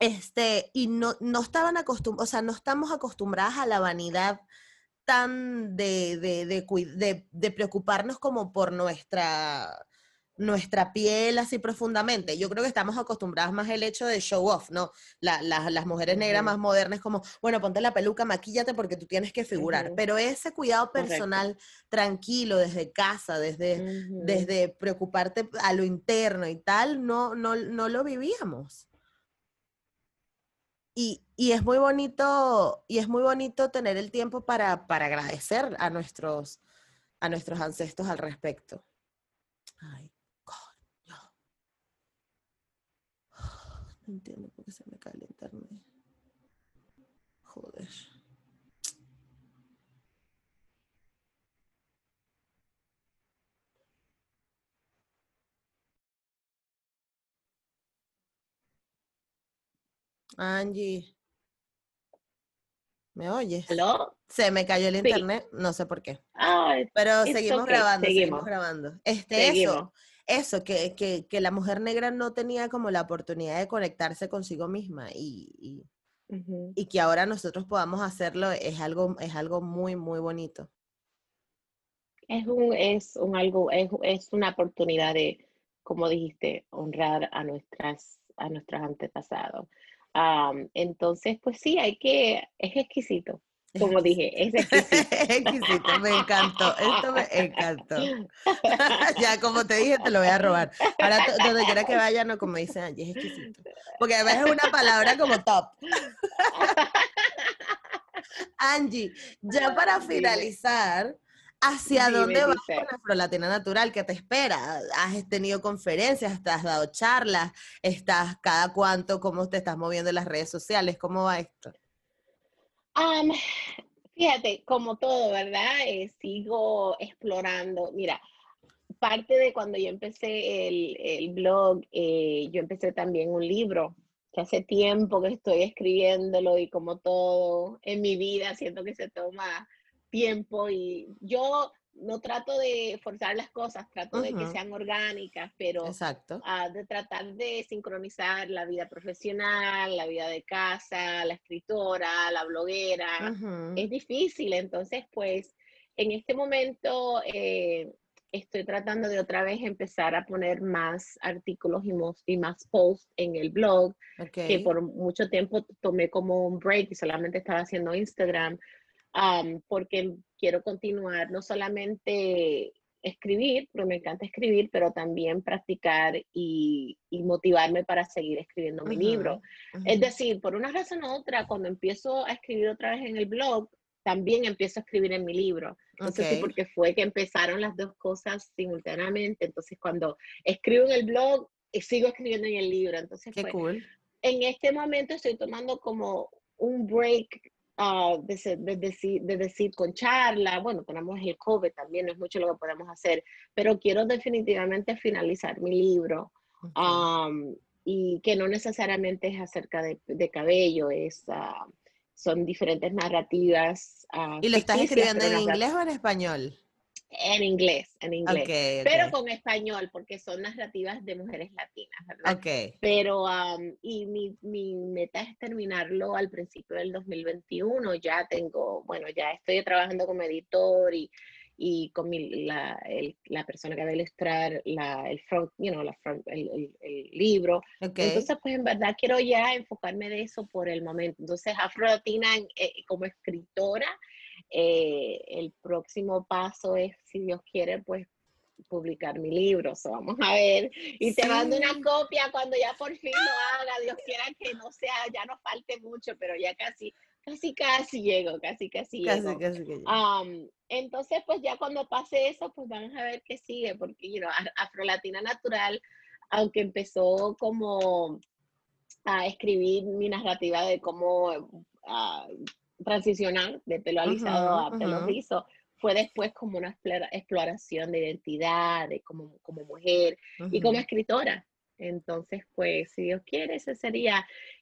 y no estaban acostumbrados, o sea, no estamos acostumbradas a la vanidad tan de preocuparnos como por nuestra piel así profundamente. Yo creo que estamos acostumbradas más al hecho de show off, ¿no? Las mujeres negras Ujú, más modernas como, bueno, ponte la peluca, maquíllate porque tú tienes que figurar. ujú, Pero ese cuidado correcto. personal tranquilo desde casa, Ujú. desde preocuparte a lo interno y tal, no lo vivíamos. Y es muy bonito tener el tiempo para agradecer a nuestros ancestros al respecto. Ay, coño. No entiendo por qué se me cae el internet. Joder. Angie, ¿me oyes? ¿Aló? Se me cayó el Sí. internet, no sé por qué. Ah, Pero it's seguimos okay. grabando, seguimos Seguimos, grabando. seguimos. Que la mujer negra no tenía como la oportunidad de conectarse consigo misma Ujú. y que ahora nosotros podamos hacerlo es algo muy, muy bonito. Es una oportunidad de, como dijiste, honrar a nuestros antepasados. Entonces, pues sí, es exquisito. Es Como exquisito. dije, es exquisito. Es exquisito, me encantó. Esto me encantó. Ya, como te dije, te lo voy a robar. Ahora, donde quiera que vaya, no, como dicen allí, es exquisito. Porque además es una palabra como top. Angie, ya para Dime, finalizar, ¿hacia dónde vas con dice. Afrolatina Natural? ¿Qué te espera? ¿Has tenido conferencias? ¿Te has dado charlas? ¿Estás cada cuánto? ¿Cómo te estás moviendo en las redes sociales? ¿Cómo va esto? Am, Fíjate, como todo, ¿verdad? Sigo explorando. Mira, parte de cuando yo empecé el blog, yo empecé también un libro, que hace tiempo que estoy escribiéndolo y como todo en mi vida, siento que se toma tiempo y yo no trato de forzar las cosas, trato de que Ujú, sean orgánicas, pero exacto. de tratar de sincronizar la vida profesional, la vida de casa, la escritora, la bloguera. Ujú, Es difícil, entonces pues en este momento estoy tratando de otra vez empezar a poner más artículos y más posts en el blog, ok. que por mucho tiempo tomé como un break y solamente estaba haciendo Instagram, porque quiero continuar no solamente escribir, porque me encanta escribir, pero también practicar y motivarme para seguir escribiendo mi Ujú, libro. Es ujú. decir, por una razón u otra, cuando empiezo a escribir otra vez en el blog, también empiezo a escribir en mi libro. No sé si Ok, porque fue que empezaron las dos cosas simultáneamente. Entonces, cuando escribo en el blog, sigo escribiendo en el libro. Entonces, qué pues, cool. en este momento estoy tomando como un break de decir con charla, bueno, tenemos el COVID también, no es mucho lo que podemos hacer, pero quiero definitivamente finalizar mi libro, Ok. um, y que no necesariamente es acerca de cabello, son diferentes narrativas ¿Y lo estás ficticias, escribiendo pero en las inglés o en español? en Ok, inglés, ok, pero con español, porque son narrativas de mujeres latinas, ¿verdad? ok. Pero, y mi meta es terminarlo al principio del 2021. Ya tengo, bueno, ya estoy trabajando como editor y con la persona que va a ilustrar el front, el libro. Ok. Entonces, pues en verdad quiero ya enfocarme de eso por el momento. Entonces, Afro Latina como escritora, el próximo paso es, si Dios quiere, pues publicar mi libro. So, vamos a ver. Y te mando una Sí, copia cuando ya por fin lo haga. Dios quiera que no sea, ya no falte mucho, pero ya casi llego, casi casi, llego. casi que ya. Entonces, pues ya cuando pase eso, pues vamos a ver qué sigue, porque, Afrolatina Natural, aunque empezó como a escribir mi narrativa de cómo transicionar de pelo Ujú, alisado a ujú, pelo rizo, fue después como una exploración de identidad, de como mujer y como ujú. escritora. Entonces, pues, si Dios quiere, ese sería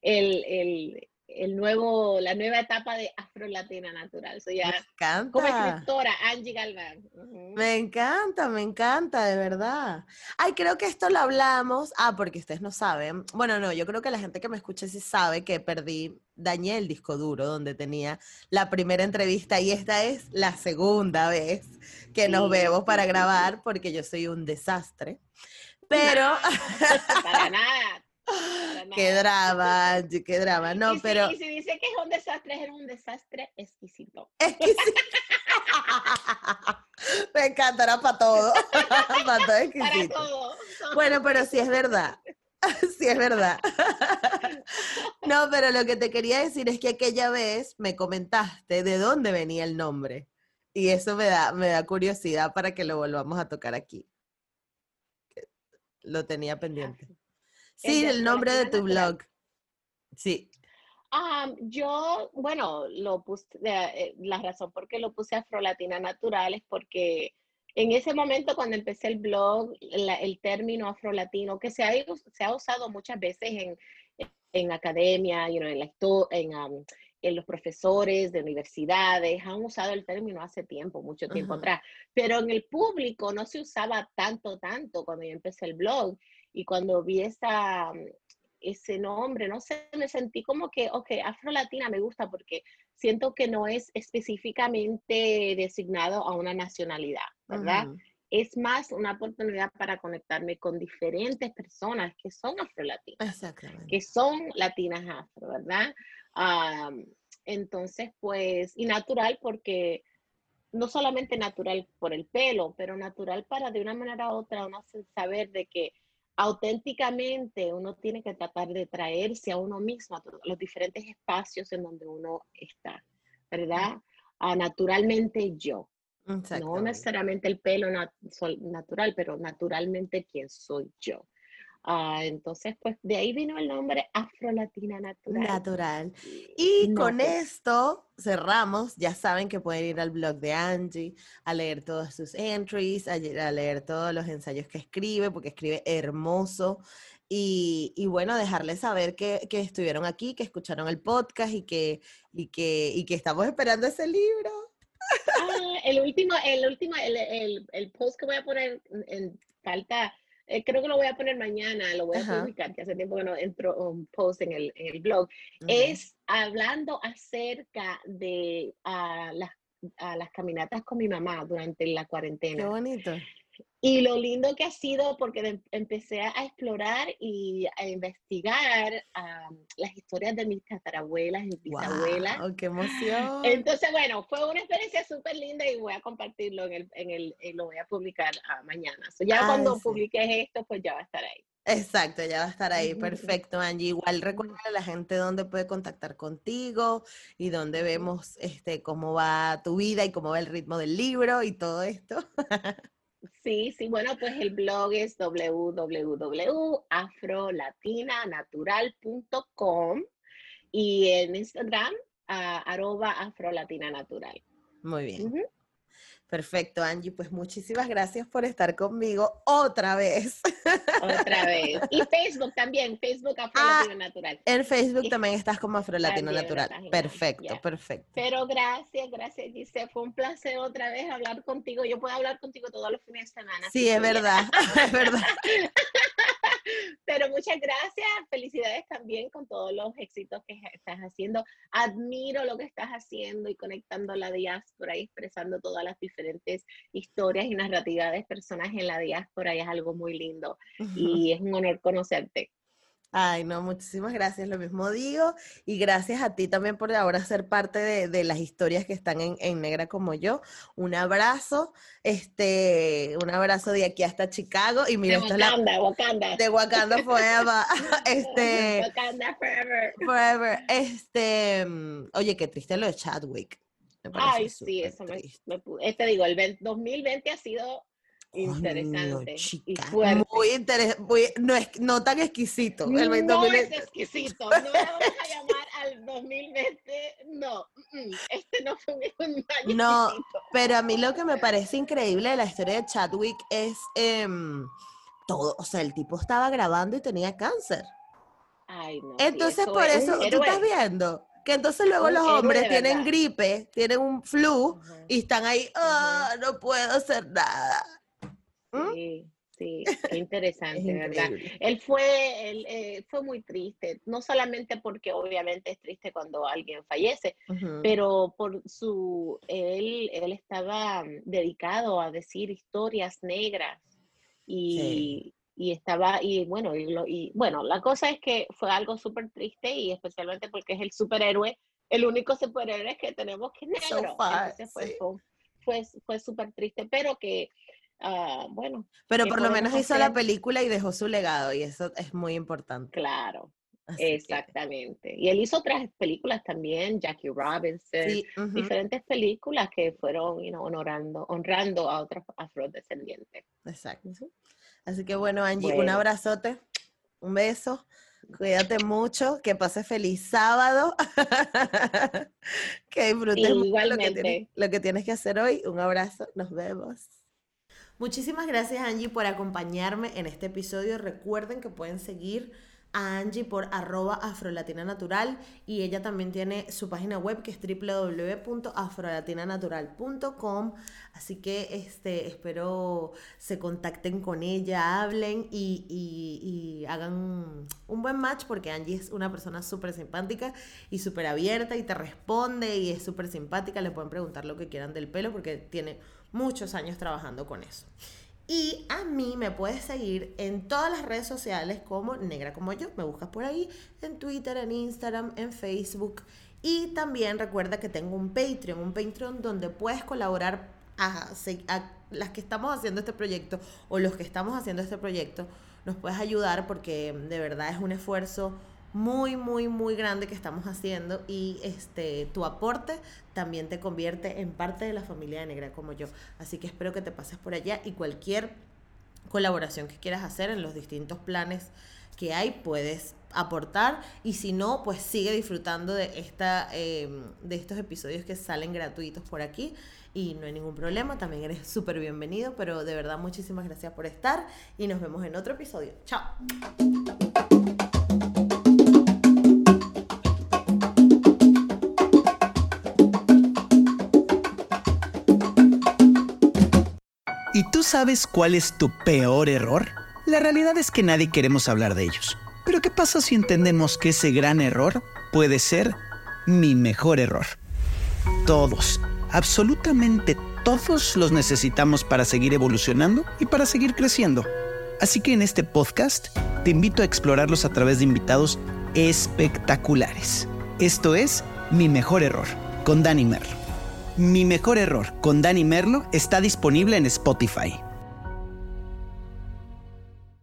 la nueva etapa de Afro Latina Natural. So Me ya como encanta. escritora, Angie Galván. Ujú. Me encanta, de verdad. Ay, creo que esto lo hablamos. Ah, porque ustedes no saben. Bueno, no, yo creo que la gente que me escucha sí sabe que dañé el disco duro donde tenía la primera entrevista y esta es la segunda vez que nos Sí, vemos para sí, sí, sí. grabar porque yo soy un desastre. No, Pero, para nada, para qué nada. drama, Angie, qué drama. No, pero Y si dice que es un desastre exquisito. es que sí. Me encantará para todo. Para todo Para exquisito. todo. Bueno, pero Sí. sí es verdad. Sí es verdad. No, pero lo que te quería decir es que aquella vez me comentaste de dónde venía el nombre. Y eso me da curiosidad para que lo volvamos a tocar aquí. Lo tenía pendiente. El Sí, de el nombre de Afrolatina tu Natural. blog. Sí. Yo, bueno, lo puse, la razón por qué lo puse Afrolatina Natural es porque en ese momento cuando empecé el blog, el término afrolatino, que se ha usado muchas veces en academia, en los profesores de universidades, han usado el término hace tiempo, mucho tiempo Ajá. atrás, pero en el público no se usaba tanto cuando yo empecé el blog. Y cuando vi ese nombre, no sé, me sentí como que, ok, afrolatina me gusta porque siento que no es específicamente designado a una nacionalidad, ¿verdad? Ujú. Es más una oportunidad para conectarme con diferentes personas que son afrolatinas, que Exactamente. son latinas afro, ¿verdad? Um, entonces, pues, y natural porque no solamente natural por el pelo, pero natural para de una manera u otra uno saber de que auténticamente uno tiene que tratar de traerse a uno mismo a los diferentes espacios en donde uno está, ¿verdad? Naturalmente yo, no Exactamente. necesariamente el pelo natural, pero naturalmente quien soy yo. Entonces, pues de ahí vino el nombre Afrolatina Natural. Natural. Y con Natural. esto cerramos. Ya saben que pueden ir al blog de Angie a leer todas sus entries, a leer todos los ensayos que escribe, porque escribe hermoso. Y bueno, dejarles saber que estuvieron aquí, que escucharon el podcast y que estamos esperando ese libro. El post que voy a poner en falta, creo que lo voy a poner mañana, lo voy a Ajá. publicar, que hace tiempo que no entro un post en el blog, Okay. es hablando acerca de las caminatas con mi mamá durante la Qué cuarentena. bonito. Y lo lindo que ha sido, porque empecé a explorar y a investigar las historias de mis tatarabuelas y bisabuelas. ¡Wow! ¡Qué emoción! Entonces, bueno, fue una experiencia súper linda y voy a compartirlo lo voy a publicar mañana. So, ya Ay, cuando sí. publiques esto, pues ya va a estar ahí. Exacto, ya va a estar ahí. Perfecto, Angie. Igual recuerda a la gente dónde puede contactar contigo y dónde vemos cómo va tu vida y cómo va el ritmo del libro y todo esto. Sí, sí, bueno, pues el blog es www.afrolatinanatural.com y en Instagram, @afrolatinanatural. Muy bien. Ujú. Perfecto, Angie. Pues muchísimas gracias por estar conmigo otra vez. Otra vez. Y Facebook también, Facebook Afro Ah, Latino Natural. en Facebook también estás como Afrolatino También una Natural. página, Perfecto, ya. perfecto. Pero gracias, Giselle. Fue un placer otra vez hablar contigo. Yo puedo hablar contigo todos los fines de semana, Sí, si es quieres. verdad, es verdad. Pero muchas gracias, felicidades también con todos los éxitos que estás haciendo. Admiro lo que estás haciendo y conectando la diáspora y expresando todas las diferentes historias y narrativas de personas en la diáspora y es algo muy lindo y es un honor conocerte. Ay, no, muchísimas gracias, lo mismo digo, y gracias a ti también por ahora ser parte de las historias que están en Negra como yo. Un abrazo, un abrazo de aquí hasta Chicago, y mira, De esto es la Wakanda. de Wakanda Forever, Wakanda forever. forever, oye, qué triste lo de Chadwick, me parece Ay, sí, súper eso triste. te digo, el 2020 ha sido Coño, interesante y chica, muy fuerte. interesante, no tan exquisito, el No es 2020. exquisito, no le vamos a llamar al 2020, no, este no fue un año No, exquisito. pero a mí lo que me parece increíble de la historia de Chadwick es todo, o sea, el tipo estaba grabando y tenía cáncer. Ay, no, sí, Entonces, eso por es eso, tú estás viendo que entonces luego un los héroe hombres de tienen verdad. gripe, tienen un flu Ajá, y están ahí, ajá. no puedo hacer nada. ¿Mm? Sí, sí, qué Es interesante, ¿verdad? increíble. Él fue muy triste, no solamente porque obviamente es triste cuando alguien fallece, Ujú. pero él estaba dedicado a decir historias negras Sí. y bueno, la cosa es que fue algo súper triste y especialmente porque es el superhéroe, el único superhéroe que tenemos que es So negro, far, entonces pues sí. fue súper triste, pero que bueno, Pero ¿qué por lo podemos menos hizo la hacer? película y dejó su legado y eso es muy importante. Claro, Así que exactamente. Y él hizo otras películas también, Jackie Robinson, sí, ujú, diferentes películas que fueron, honrando a otros afrodescendientes. exacto. Ujú. Así que bueno, Angie, un Bueno, abrazote, un beso, cuídate mucho, que pases feliz sábado, que disfrutes mucho igualmente. lo que tienes que hacer hoy. Un abrazo, nos vemos. Muchísimas gracias, Angie, por acompañarme en este episodio. Recuerden que pueden seguir a Angie por @afrolatinanatural y ella también tiene su página web que es www.afrolatinanatural.com, así que espero se contacten con ella, hablen y hagan un buen match porque Angie es una persona súper simpática y súper abierta y te responde y es súper simpática. Le pueden preguntar lo que quieran del pelo porque tiene muchos años trabajando con eso. Y a mí me puedes seguir en todas las redes sociales como Negra como yo. Me buscas por ahí en Twitter, en Instagram, en Facebook. Y también recuerda que tengo un Patreon donde puedes colaborar a las que estamos haciendo este proyecto o los que estamos haciendo este proyecto. Nos puedes ayudar porque de verdad es un esfuerzo muy, muy, muy grande que estamos haciendo y tu aporte también te convierte en parte de la familia de Negra como yo. Así que espero que te pases por allá y cualquier colaboración que quieras hacer en los distintos planes que hay, puedes aportar y si no, pues sigue disfrutando de estos episodios que salen gratuitos por aquí y no hay ningún problema, también eres súper bienvenido, pero de verdad muchísimas gracias por estar y nos vemos en otro episodio. Chao. ¿Y tú sabes cuál es tu peor error? La realidad es que nadie queremos hablar de ellos. Pero ¿qué pasa si entendemos que ese gran error puede ser mi mejor error? Todos, absolutamente todos los necesitamos para seguir evolucionando y para seguir creciendo. Así que en este podcast te invito a explorarlos a través de invitados espectaculares. Esto es Mi Mejor Error, con Dani Merlo. Mi Mejor Error, con Dani Merlo, está disponible en Spotify.